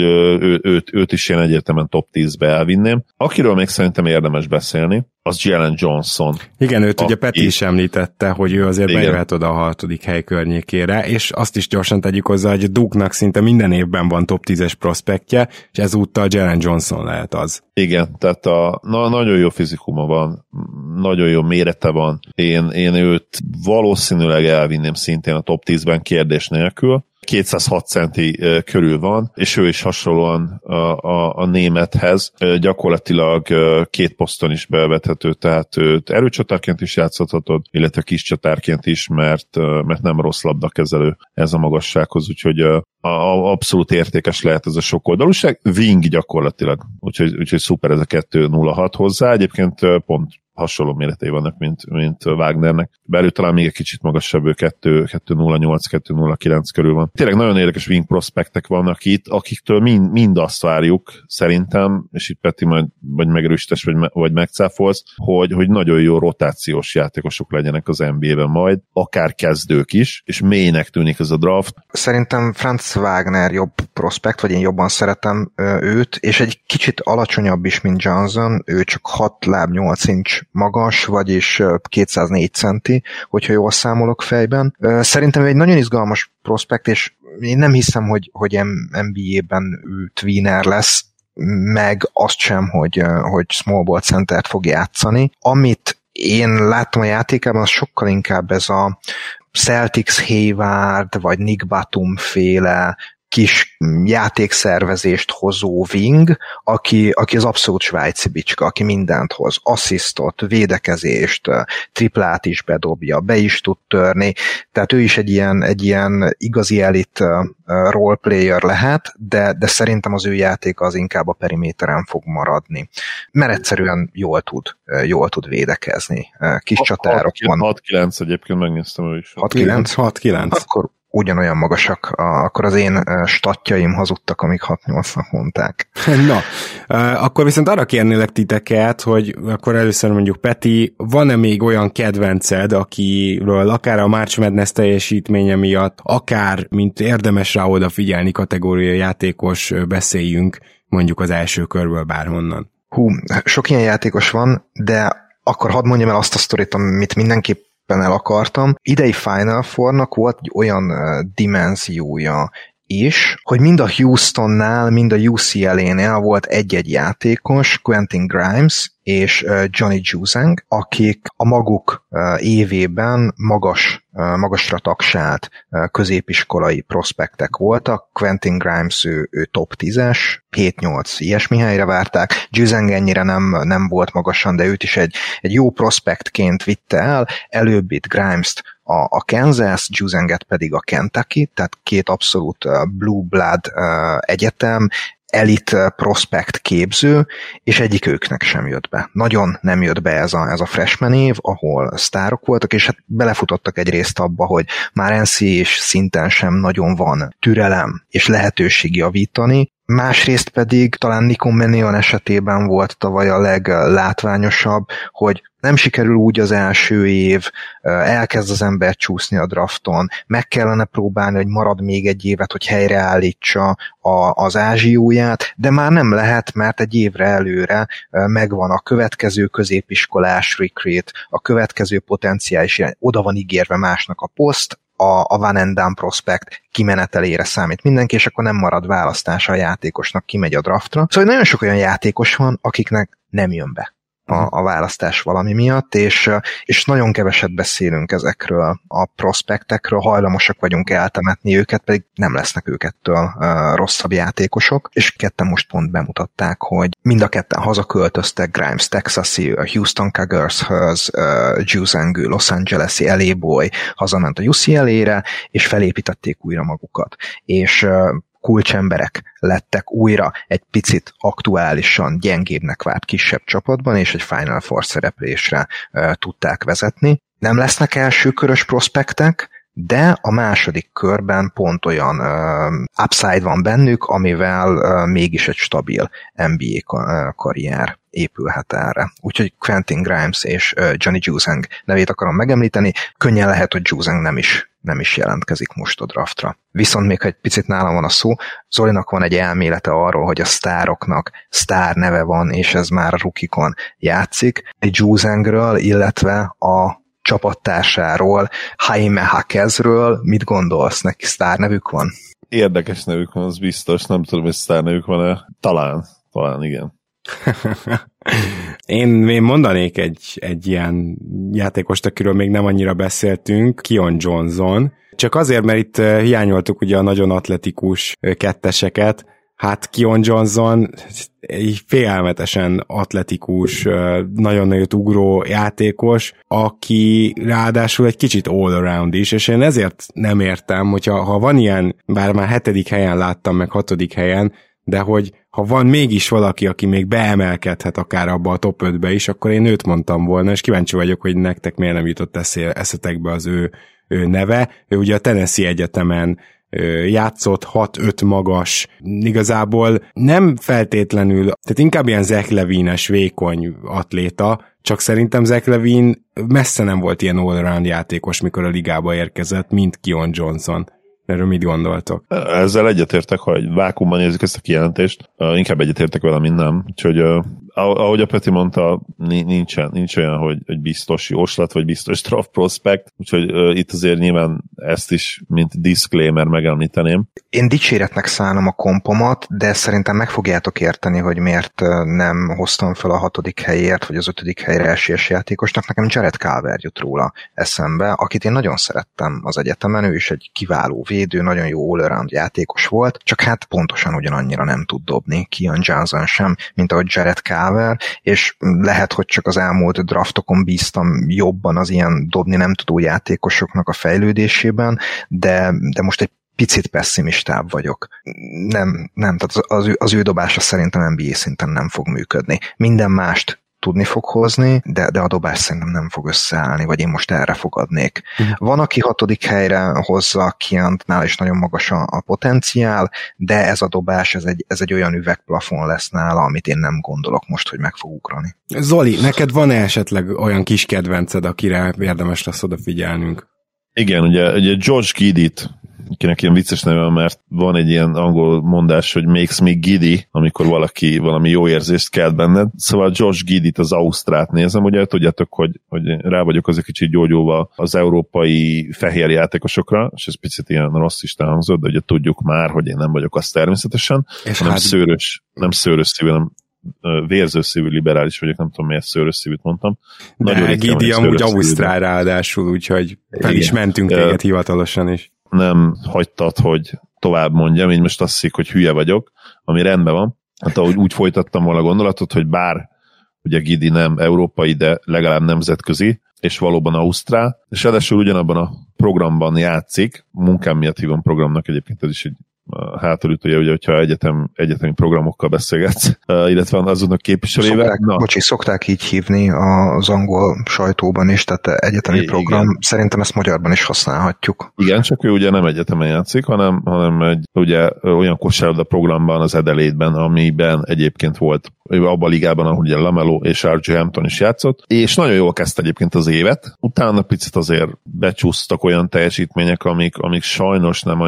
őt is én egyértelműen top 10-be elvinném. Akiről még szerintem érdemes beszélni, az Jalen Johnson. Igen, őt ugye Peti is említette, hogy ő azért bejöhet oda a 6. hely környékére, és azt is gyorsan tegyük hozzá, hogy Duke-nak szinte minden évben van top 10-es prospektje, és ezúttal Jalen Johnson lehet az. Igen, tehát nagyon jó fizikuma van, nagyon jó mérete van. Én őt valószínűleg elvinném szintén a top 10-ben kérdés nélkül. 206 centi körül van, és ő is hasonlóan a némethez gyakorlatilag két poszton is bevethető, tehát őt erőcsatárként is játszhatod, illetve kis csatárként is, mert nem rossz labdakezelő ez a magassághoz, úgyhogy abszolút értékes lehet ez a sokoldalúság. Wing gyakorlatilag, úgyhogy szuper ez a 2.06 hozzá, egyébként pont hasonló méretei vannak, mint Wagnernek. Belül talán még egy kicsit magasabb, ő 2.08-2.09 körül van. Tényleg nagyon érdekes wing prospektek vannak itt, akiktől mind azt várjuk, szerintem, és itt Peti majd vagy megerősítés, vagy megcáfolsz, hogy nagyon jó rotációs játékosok legyenek az NBA-ben majd, akár kezdők is, és mélynek tűnik ez a draft. Szerintem Franz Wagner jobb prospekt, vagy én jobban szeretem őt, és egy kicsit alacsonyabb is, mint Johnson, ő csak 6 láb 8 inch magas, vagyis 204 centi, hogyha jól számolok fejben. Szerintem egy nagyon izgalmas prospekt, és én nem hiszem, hogy NBA-ben ő tweener lesz, meg azt sem, hogy small ball centert fog játszani. Amit én láttam a játékában, az sokkal inkább ez a Celtics Hayward, vagy Nick Batum féle kis játékszervezést hozó wing, aki az abszolút svájci bicska, aki mindent hoz, asszisztot, védekezést, triplát is bedobja, be is tud törni, tehát ő is egy ilyen igazi elit roleplayer lehet, de szerintem az ő játéka az inkább a periméteren fog maradni, mert egyszerűen jól tud védekezni. Kis csatárok van. 6-9 egyébként megnéztem ő is. 6-9. Akkor ugyanolyan magasak, akkor az én statjaim hazudtak, amik 6-8-nak mondták. Na, akkor viszont arra kérnélek titeket, hogy akkor először mondjuk Peti, van-e még olyan kedvenced, akiről akár a March Madness teljesítménye miatt, akár mint érdemes rá odafigyelni kategória játékos beszéljünk mondjuk az első körből bárhonnan? Sok ilyen játékos van, de akkor hadd mondjam el azt a sztorit, amit mindenképp el akartam. Idei Final Four-nak volt egy olyan dimenziója is, hogy mind a Houstonnál, mind a UCLA-nél volt egy-egy játékos, Quentin Grimes és Johnny Juzang, akik a maguk évében magasra tagsált középiskolai prospektek voltak. Quentin Grimes ő top 10-es, 7-8 ilyesmi helyre várták. Juzang ennyire nem volt magasan, de őt is egy jó prospektként vitte el. Előbb itt Grimes-t a Kansas, Juzanget pedig a Kentucky, tehát két abszolút blue blood egyetem, elit prospect képző, és egyik őknek sem jött be. Nagyon nem jött be ez a freshman év, ahol sztárok voltak, és hát belefutottak egy részt abba, hogy már NCAA-s szinten sem nagyon van türelem és lehetőség javítani. Másrészt pedig talán Nico Mannion esetében volt tavaly a leglátványosabb, hogy nem sikerül úgy az első év, elkezd az ember csúszni a drafton, meg kellene próbálni, hogy marad még egy évet, hogy helyreállítsa az ázsióját, de már nem lehet, mert egy évre előre megvan a következő középiskolás recruit, a következő potenciális, oda van ígérve másnak a poszt, a Van and Done prospect kimenetelére számít mindenki, és akkor nem marad választása a játékosnak, kimegy a draftra. Szóval nagyon sok olyan játékos van, akiknek nem jön be a választás valami miatt, és nagyon keveset beszélünk ezekről a prospektekről, hajlamosak vagyunk eltemetni őket, pedig nem lesznek őkettől rosszabb játékosok, és ketten most pont bemutatták, hogy mind a ketten hazaköltöztek, Grimes Texasi, a Houston Cougars-höz, Juzang Los Angeles-i LA Boy hazament a UCLA-re, és felépítették újra magukat. És kulcsemberek lettek újra egy picit aktuálisan gyengébbnek várt kisebb csapatban, és egy Final Four szereplésre tudták vezetni. Nem lesznek elsőkörös prospektek, de a második körben pont olyan upside van bennük, amivel mégis egy stabil NBA karrier épülhet erre. Úgyhogy Quentin Grimes és Johnny Juzang nevét akarom megemlíteni. Könnyen lehet, hogy Juzang nem is jelentkezik most a draftra. Viszont még ha egy picit nálam van a szó, Zolinak van egy elmélete arról, hogy a sztároknak sztár neve van, és ez már a rukikon játszik. Egy Juzangről, illetve a csapattársáról, Jaime Jaquezről mit gondolsz? Neki sztár nevük van? Érdekes nevük van, az biztos. Nem tudom, hogy sztár nevük van-e. Talán igen. Én mondanék egy ilyen játékost, akiről még nem annyira beszéltünk, Keon Johnson. Csak azért, mert itt hiányoltuk ugye a nagyon atletikus ketteseket. Hát Keon Johnson egy félelmetesen atletikus, nagyon nagyot ugró játékos, aki ráadásul egy kicsit all-around is, és én ezért nem értem, hogyha van ilyen, bár már 7. helyen láttam, meg 6. helyen, de hogy ha van mégis valaki, aki még beemelkedhet akár abba a top 5-be is, akkor én őt mondtam volna, és kíváncsi vagyok, hogy nektek miért nem jutott eszetekbe az ő neve. Ő ugye a Tennessee Egyetemen játszott, 6-5 magas, igazából nem feltétlenül, tehát inkább ilyen Zach Levine-es vékony atléta, csak szerintem Zach Levine messze nem volt ilyen all-around játékos, mikor a ligába érkezett, mint Keon Johnson. Erről mit gondoltok? Ezzel egyetértek, ha egy vákuumban nézzük ezt a kijelentést, inkább egyetértek vele, mint nem. Úgyhogy ahogy a Peti mondta, nincs olyan, hogy biztos jóslat, vagy biztos draft prospect, úgyhogy itt azért nyilván ezt is, mint disclaimer megemlíteném. Én dicséretnek szánom a kompomat, de szerintem meg fogjátok érteni, hogy miért nem hoztam fel a 6. helyért, vagy az 5. helyre esélyes játékosnak. Nekem Jared Culver jut róla eszembe, akit én nagyon szerettem az egyetemen, ő is egy kiváló védő, nagyon jó all-around játékos volt, csak hát pontosan ugyanannyira nem tud dobni Keon Johnson sem, mint ahogy Jared Culver, és lehet, hogy csak az elmúlt draftokon bíztam jobban az ilyen dobni nem tudó játékosoknak a fejlődésében, de most egy picit pessimistább vagyok. Nem, tehát az ő dobása szerintem NBA szinten nem fog működni. Minden mást tudni fog hozni, de a dobás szerintem nem fog összeállni, vagy én most erre fogadnék. Van, aki 6. helyre hozza Keont-nál, és nagyon magas a potenciál, de ez a dobás, ez egy olyan üvegplafon lesz nála, amit én nem gondolok most, hogy meg fog ugrani. Zoli, neked van-e esetleg olyan kis kedvenced, akire érdemes lesz odafigyelnünk? Igen, ugye George Giddit, akinek ilyen vicces neve, mert van egy ilyen angol mondás, hogy makes me giddy, amikor valaki valami jó érzést kelt benned. Szóval George Giddit, az ausztrát nézem, ugye tudjátok, hogy rá vagyok az egy kicsit gyógyulva az európai fehér játékosokra, és ez picit ilyen rasszista hangzott, de ugye tudjuk már, hogy én nem vagyok az természetesen, és hanem nem szőrös szívű, hanem vérzőszívű liberális vagyok, nem tudom miért szőrösszívűt mondtam. De Gidi amúgy ausztrál ráadásul, úgyhogy fel is mentünk téged hivatalosan is. Nem hagytad, hogy tovább mondjam, így most azt hiszik, hogy hülye vagyok, ami rendben van. Hát ahogy úgy folytattam volna a gondolatot, hogy bár ugye Gidi nem európai, de legalább nemzetközi, és valóban ausztrál, és ráadásul ugyanabban a programban játszik, munkám miatt hívom programnak, egyébként ez is egy hátulütője, ugye, hogyha egyetemi programokkal beszélgetsz, illetve azonnak képviselével. Szokták így hívni az angol sajtóban is, tehát egyetemi program. Igen. Szerintem ezt magyarban is használhatjuk. Igen, csak ő ugye nem egyetemen játszik, hanem egy ugye olyan kosárlabda programban az Adelaide-ben, amiben egyébként volt abban a ligában, ahol ugye Lamelo és R.J. Hampton is játszott, és nagyon jól kezdte egyébként az évet. Utána picit azért becsúsztak olyan teljesítmények, amik sajnos nem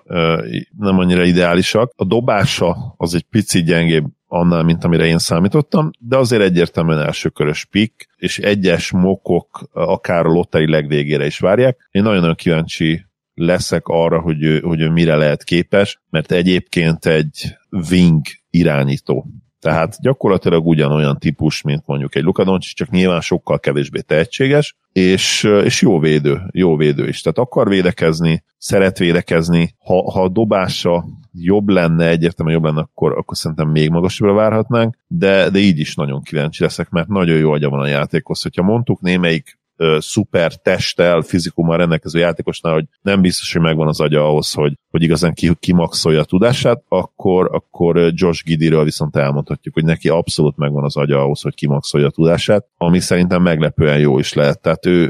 annyira ideálisak. A dobása az egy picit gyengébb annál, mint amire én számítottam, de azért egyértelműen elsőkörös pick, és egyes mockok akár a lotteri legvégére is várják. Én nagyon-nagyon kíváncsi leszek arra, hogy ő mire lehet képes, mert egyébként egy wing irányító. Tehát gyakorlatilag ugyanolyan típus, mint mondjuk egy Luka Doncic, csak nyilván sokkal kevésbé tehetséges, és jó védő is. Tehát akar védekezni, szeret védekezni, ha a dobása jobb lenne, egyértelműen jobb lenne, akkor szerintem még magasabbra várhatnánk, de így is nagyon kíváncsi leszek, mert nagyon jó agya van a játékhoz. Hogyha mondtuk némelyik szuper testtel, fizikummal rendelkező játékosnál, hogy nem biztos, hogy megvan az agya ahhoz, hogy igazán kimaxolja a tudását, akkor Josh Giddyről viszont elmondhatjuk, hogy neki abszolút megvan az agya ahhoz, hogy kimaxolja a tudását, ami szerintem meglepően jó is lehet. Tehát ő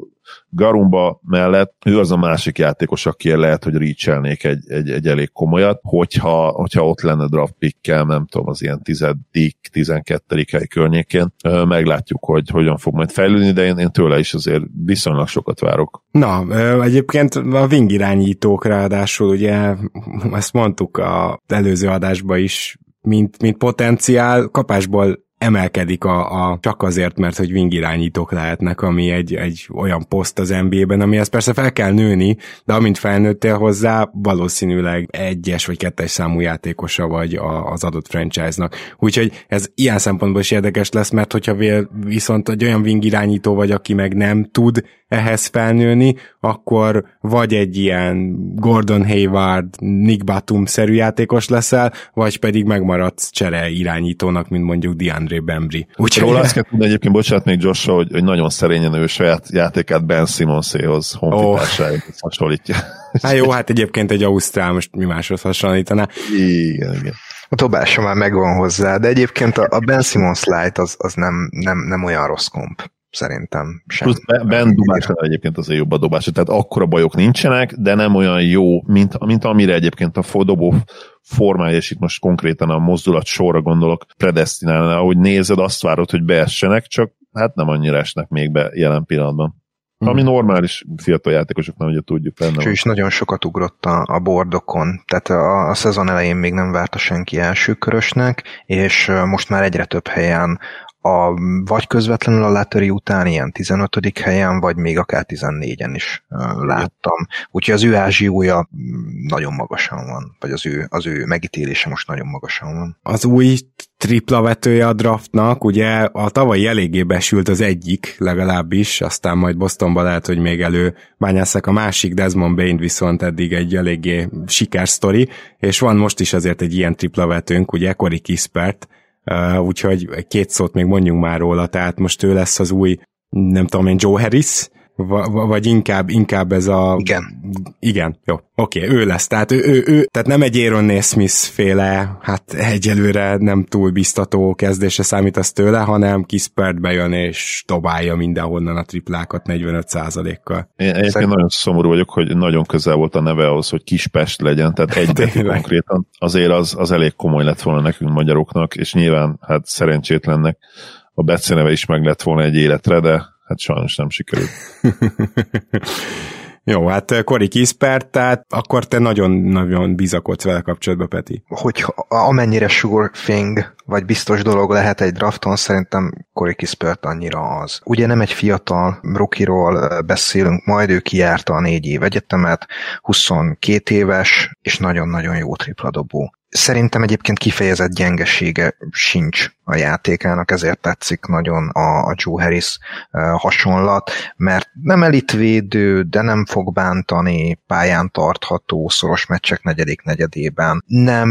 Garumba mellett ő az a másik játékos, akiért lehet, hogy reachelnék egy elég komolyat, hogyha ott lenne draft pickkel, nem tudom, az ilyen 10., 12. hely környékén. Meglátjuk, hogy hogyan fog majd fejlődni, de én tőle is azért viszonylag sokat várok. Na, egyébként a wing irányítók ráadásul, ugye ezt mondtuk az előző adásban is, mint potenciál, kapásból emelkedik csak azért, mert hogy wing irányítók lehetnek, ami egy olyan poszt az NBA-ben, amihez persze fel kell nőni, de amint felnőttél hozzá, valószínűleg 1-es vagy 2-es számú játékosa vagy az adott franchise-nak. Úgyhogy ez ilyen szempontból is érdekes lesz, mert hogyha viszont egy olyan wing irányító vagy, aki meg nem tud ehhez felnőni, akkor vagy egy ilyen Gordon Hayward, Nick Batum-szerű játékos leszel, vagy pedig megmaradsz csere irányítónak, mint mondjuk DeAndre Bembry. Róla azt kell tudni egyébként, bocsánat még Joshua, hogy nagyon szerényen ő saját játékát Ben Simonséhoz honfitársához hasonlítja. Hát jó, hát egyébként egy ausztrál, most mi máshoz hasonlítaná. Igen. A dobása már megvan hozzá, de egyébként a Ben Simmons Light az nem olyan rossz komp. Szerintem sem. Ben dobásnál egyébként azért jobb a dobása, tehát akkora bajok nincsenek, de nem olyan jó, mint amire egyébként a dobó formája, és itt most konkrétan a mozdulat sorra gondolok, predesztinálna, ahogy nézed, azt várod, hogy beessenek, csak hát nem annyira esnek még be jelen pillanatban. Ami normális fiatal játékosoknál, ugye tudjuk benne. És ő is nagyon sokat ugrott a bordokon, tehát a szezon elején még nem várta senki elsőkörösnek, és most már egyre több helyen vagy közvetlenül a lottery után ilyen 15. helyen, vagy még akár 14-en is láttam. Úgyhogy az ő ázsiója nagyon magasan van, vagy az ő megítélése most nagyon magasan van. Az új tripla vetője a draftnak, ugye a tavalyi eléggé besült az egyik legalábbis, aztán majd Bostonba lehet, hogy még előbányásszák a másik, Desmond Bane viszont eddig egy eléggé sikersztori, és van most is azért egy ilyen tripla vetőnk, ugye Corey Kispert, úgyhogy két szót még mondjunk már róla, tehát most ő lesz az új, nem tudom én, Joe Harris, vagy inkább ez a... Igen, jó, oké, ő lesz, tehát ő tehát nem egy Aaron Nesmith féle, hát egyelőre nem túl biztató kezdésre számítasz tőle, hanem Kispert bejön és dobálja mindenhonnan a triplákat 45%-kal. Én egyébként nagyon szomorú vagyok, hogy nagyon közel volt a neve ahhoz, hogy Kispest legyen, tehát egy konkrétan. Azért az elég komoly lett volna nekünk magyaroknak, és nyilván hát szerencsétlennek a beceneve is meg lett volna egy életre, de hát sajnos nem sikerült. Jó, hát Corey Kispert, tehát akkor te nagyon-nagyon bizakodsz vele kapcsolatban, Peti. Hogy amennyire sure thing, vagy biztos dolog lehet egy drafton, szerintem Corey Kispert annyira az. Ugye nem egy fiatal rookie-ról beszélünk, majd ő kijárta a 4 év egyetemet, 22 éves, és nagyon-nagyon jó tripladobó. Szerintem egyébként kifejezett gyengesége sincs a játékának, ezért tetszik nagyon a Joe Harris hasonlat, mert nem elitvédő, de nem fog bántani, pályán tartható, szoros meccsek negyedik negyedében. Nem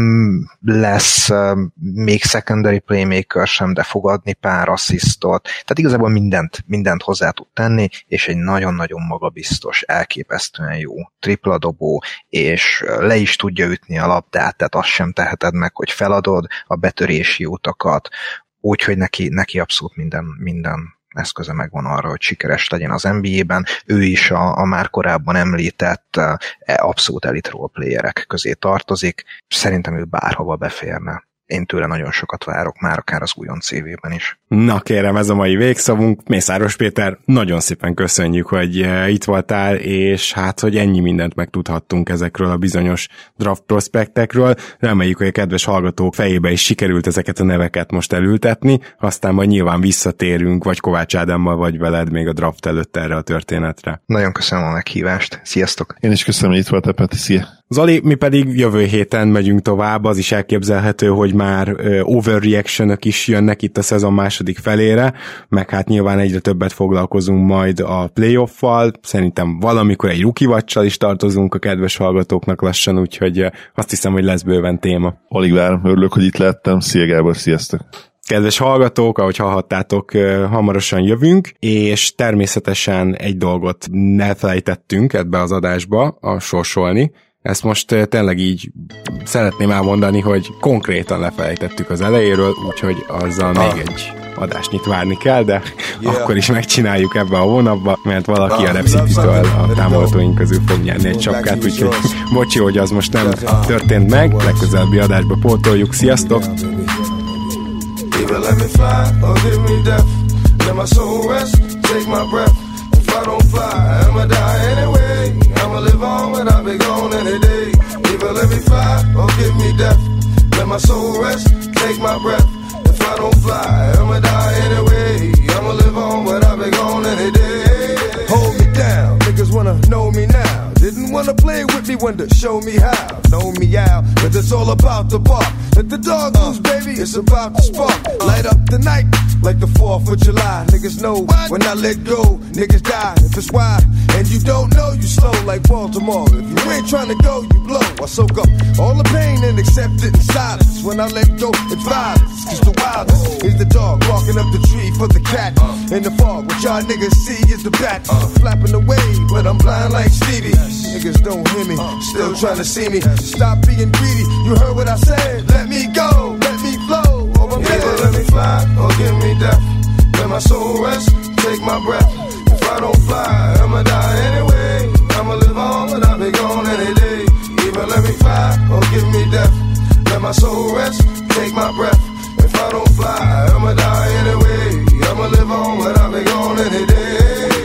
lesz még secondary playmaker sem, de fog adni pár asszisztot. Tehát igazából mindent hozzá tud tenni, és egy nagyon-nagyon magabiztos, elképesztően jó tripladobó, és le is tudja ütni a labdát, tehát azt sem teheted meg, hogy feladod a betörési utakat, úgyhogy neki abszolút minden eszköze megvan arra, hogy sikeres legyen az NBA-ben. Ő is a már korábban említett abszolút elite roleplayerek közé tartozik. Szerintem ő bárhova beférne. Én tőle nagyon sokat várok, már akár az újon CV-ben is. Na kérem, ez a mai végszavunk. Mészáros Péter, nagyon szépen köszönjük, hogy itt voltál, és hát, hogy ennyi mindent megtudhattunk ezekről a bizonyos draft prospektekről. Reméljük, hogy a kedves hallgatók fejébe is sikerült ezeket a neveket most elültetni, aztán majd nyilván visszatérünk, vagy Kovács Ádámmal, vagy veled még a draft előtt erre a történetre. Nagyon köszönöm a meghívást. Sziasztok! Én is köszönöm, hogy itt voltál, Peti. Szia! Zoli, mi pedig jövő héten megyünk tovább, az is elképzelhető, hogy már overreactionok is jönnek itt a szezon második felére, meg hát nyilván egyre többet foglalkozunk majd a playoff-val, szerintem valamikor egy rookie watch-sal is tartozunk a kedves hallgatóknak lassan, úgyhogy azt hiszem, hogy lesz bőven téma. Alig várom, örülök, hogy itt lettem. Szia Gábor, sziasztok! Kedves hallgatók, ahogy hallhattátok, hamarosan jövünk, és természetesen egy dolgot elfelejtettünk ebbe az adásba, a sorsolni. Ezt most tényleg így szeretném elmondani, hogy konkrétan lefelejtettük az elejéről, úgyhogy azzal még egy adásnyit várni kell, de akkor is megcsináljuk ebbe a hónapba, mert valaki a Rep City-től a támogatóink közül fog nyerni egy csapkát, úgyhogy bocsi, hogy az most nem történt meg, legközelebbi adásba pótoljuk. Sziasztok! I'ma live on, but I'll be gone any day. Either let me fly or give me death. Let my soul rest, take my breath. If I don't fly, I'ma die anyway. I'ma live on, but I'll be gone any day. Hold me down, niggas wanna know me now. Didn't wanna play with me, wanted to show me how. Know me out, but it's all about the bark. Let the dog loose, baby, it's about to spark. Light up the night like the 4th of July. Niggas know when I let go, niggas die. If it's wide and you don't know, you slow like Baltimore. If you ain't trying to go, you blow. I soak up all the pain and accept it in silence. When I let go, it's violence. Cause the wildest is the dog barking up the tree for the cat. In the fog, what y'all niggas see is the bat. Flapping away, but I'm blind like Stevie. Niggas don't hear me, still trying to see me. Stop being greedy, you heard what I said. Let me go, let me flow. Either let me fly or give me death. Let my soul rest, take my breath. If I don't fly, I'ma die anyway. I'ma live on, but I'll be gone any day. Either let me fly or give me death. Let my soul rest, take my breath. If I don't fly, I'ma die anyway. I'ma live on, but I'll be gone any day.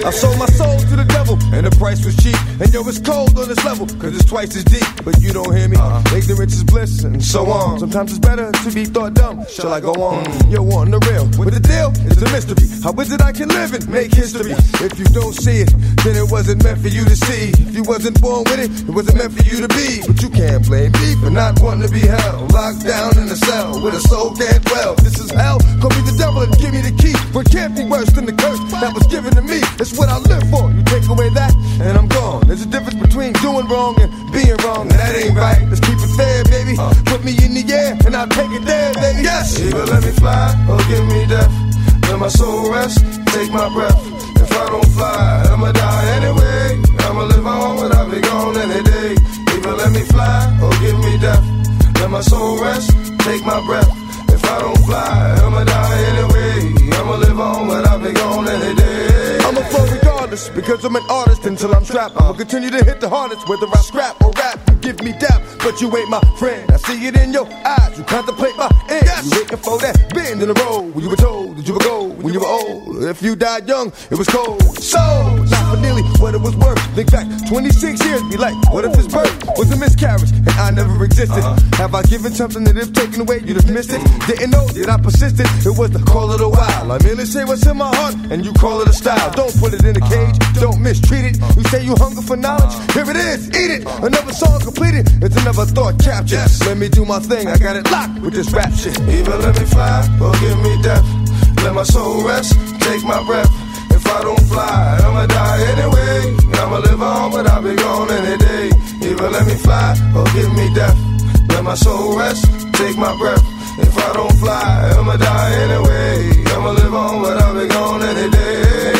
I sold my soul to the devil, and the price was cheap. And yo, it's cold on this level, cause it's twice as deep. But you don't hear me. Ignorance is bliss, and so on. Sometimes it's better to be thought dumb. Shall I go on? Yo, on the real. With the deal, it's a mystery. How is it I can live and make history? If you don't see it, then it wasn't meant for you to see. If you wasn't born with it, it wasn't meant for you to be. But you can't blame me for not wanting to be held. Locked down in a cell with a soul can't dwell. This is hell. Call me the devil and give me the key. For it can't be worse than the curse that was given to me. That's what I live for. You take away that, and I'm gone. There's a difference between doing wrong and being wrong. And that ain't right. Let's keep it fair, baby. Put me in the air, and I'll take it there, baby. Yes! Either let me fly or give me death. Let my soul rest, take my breath. If I don't fly, I'ma die anyway. I'ma live on, but I'll be gone any day. Either let me fly or give me death. Let my soul rest, take my breath. If I don't fly, I'ma die anyway. I'ma live on, but I'll be gone any day. I'ma flow regardless, because I'm an artist until I'm strapped. I'ma continue to hit the hardest, whether I scrap or rap. You give me dap, but you ain't my friend. I see it in your eyes, you contemplate my end. Yes. You waiting for that bend in the road when you were told that you would go when you were old. If you died young, it was cold. So, not for nearly what it was worth. Think back 26 years, be like, what if his birth was a miscarriage and I never existed? Have I given something that if taken away, you'd have missed it? Didn't know that I persisted, it was the call of the wild. I merely say what's in my heart, and you call it a style. Don't put it in a cage, don't mistreat it. You say you hunger for knowledge, here it is, eat it. Another song completed, it's another thought captured. Let me do my thing, I got it locked with this rap shit. Either let me fly, or give me death. Let my soul rest, take my breath. If I don't fly, I'ma die anyway. I'ma live on, but I'll be gone any day. Either let me fly, or give me death. Let my soul rest, take my breath. If I don't fly, I'ma die anyway. I'ma live on, but I'll be gone any day.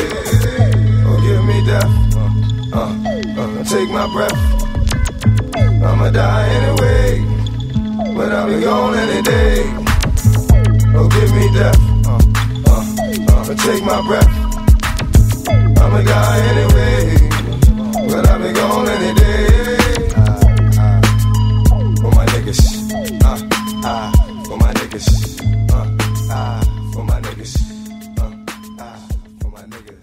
Or give me death. Take my breath. I'ma die anyway, but I'll be gone any day. Or give me death. Take my breath. I'ma die anyway, but I'll be gone any day. For my niggas. For my niggas, for my niggas, for my niggas.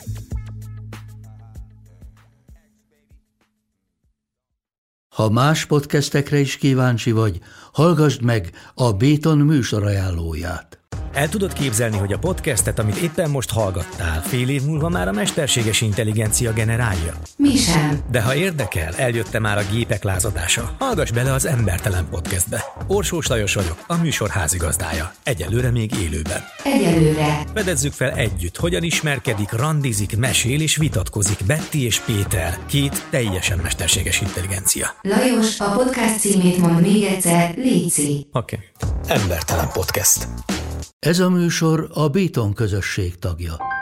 Ha más podcastekre is kíváncsi vagy, hallgassd meg a Béton műsor ajánlóját. El tudod képzelni, hogy a podcastet, amit éppen most hallgattál, fél év múlva már a mesterséges intelligencia generálja? Mi sem. De ha érdekel, eljött már a gépek lázadása. Hallgass bele az Embertelen Podcastbe. Orsós Lajos vagyok, a műsor házigazdája. Egyelőre még élőben. Egyelőre. Fedezzük fel együtt, hogyan ismerkedik, randizik, mesél és vitatkozik Betty és Péter, két teljesen mesterséges intelligencia. Lajos, a podcast címét mond még egyszer, léci. Oké. Embertelen Podcast. Ez a műsor a Béton közösség tagja.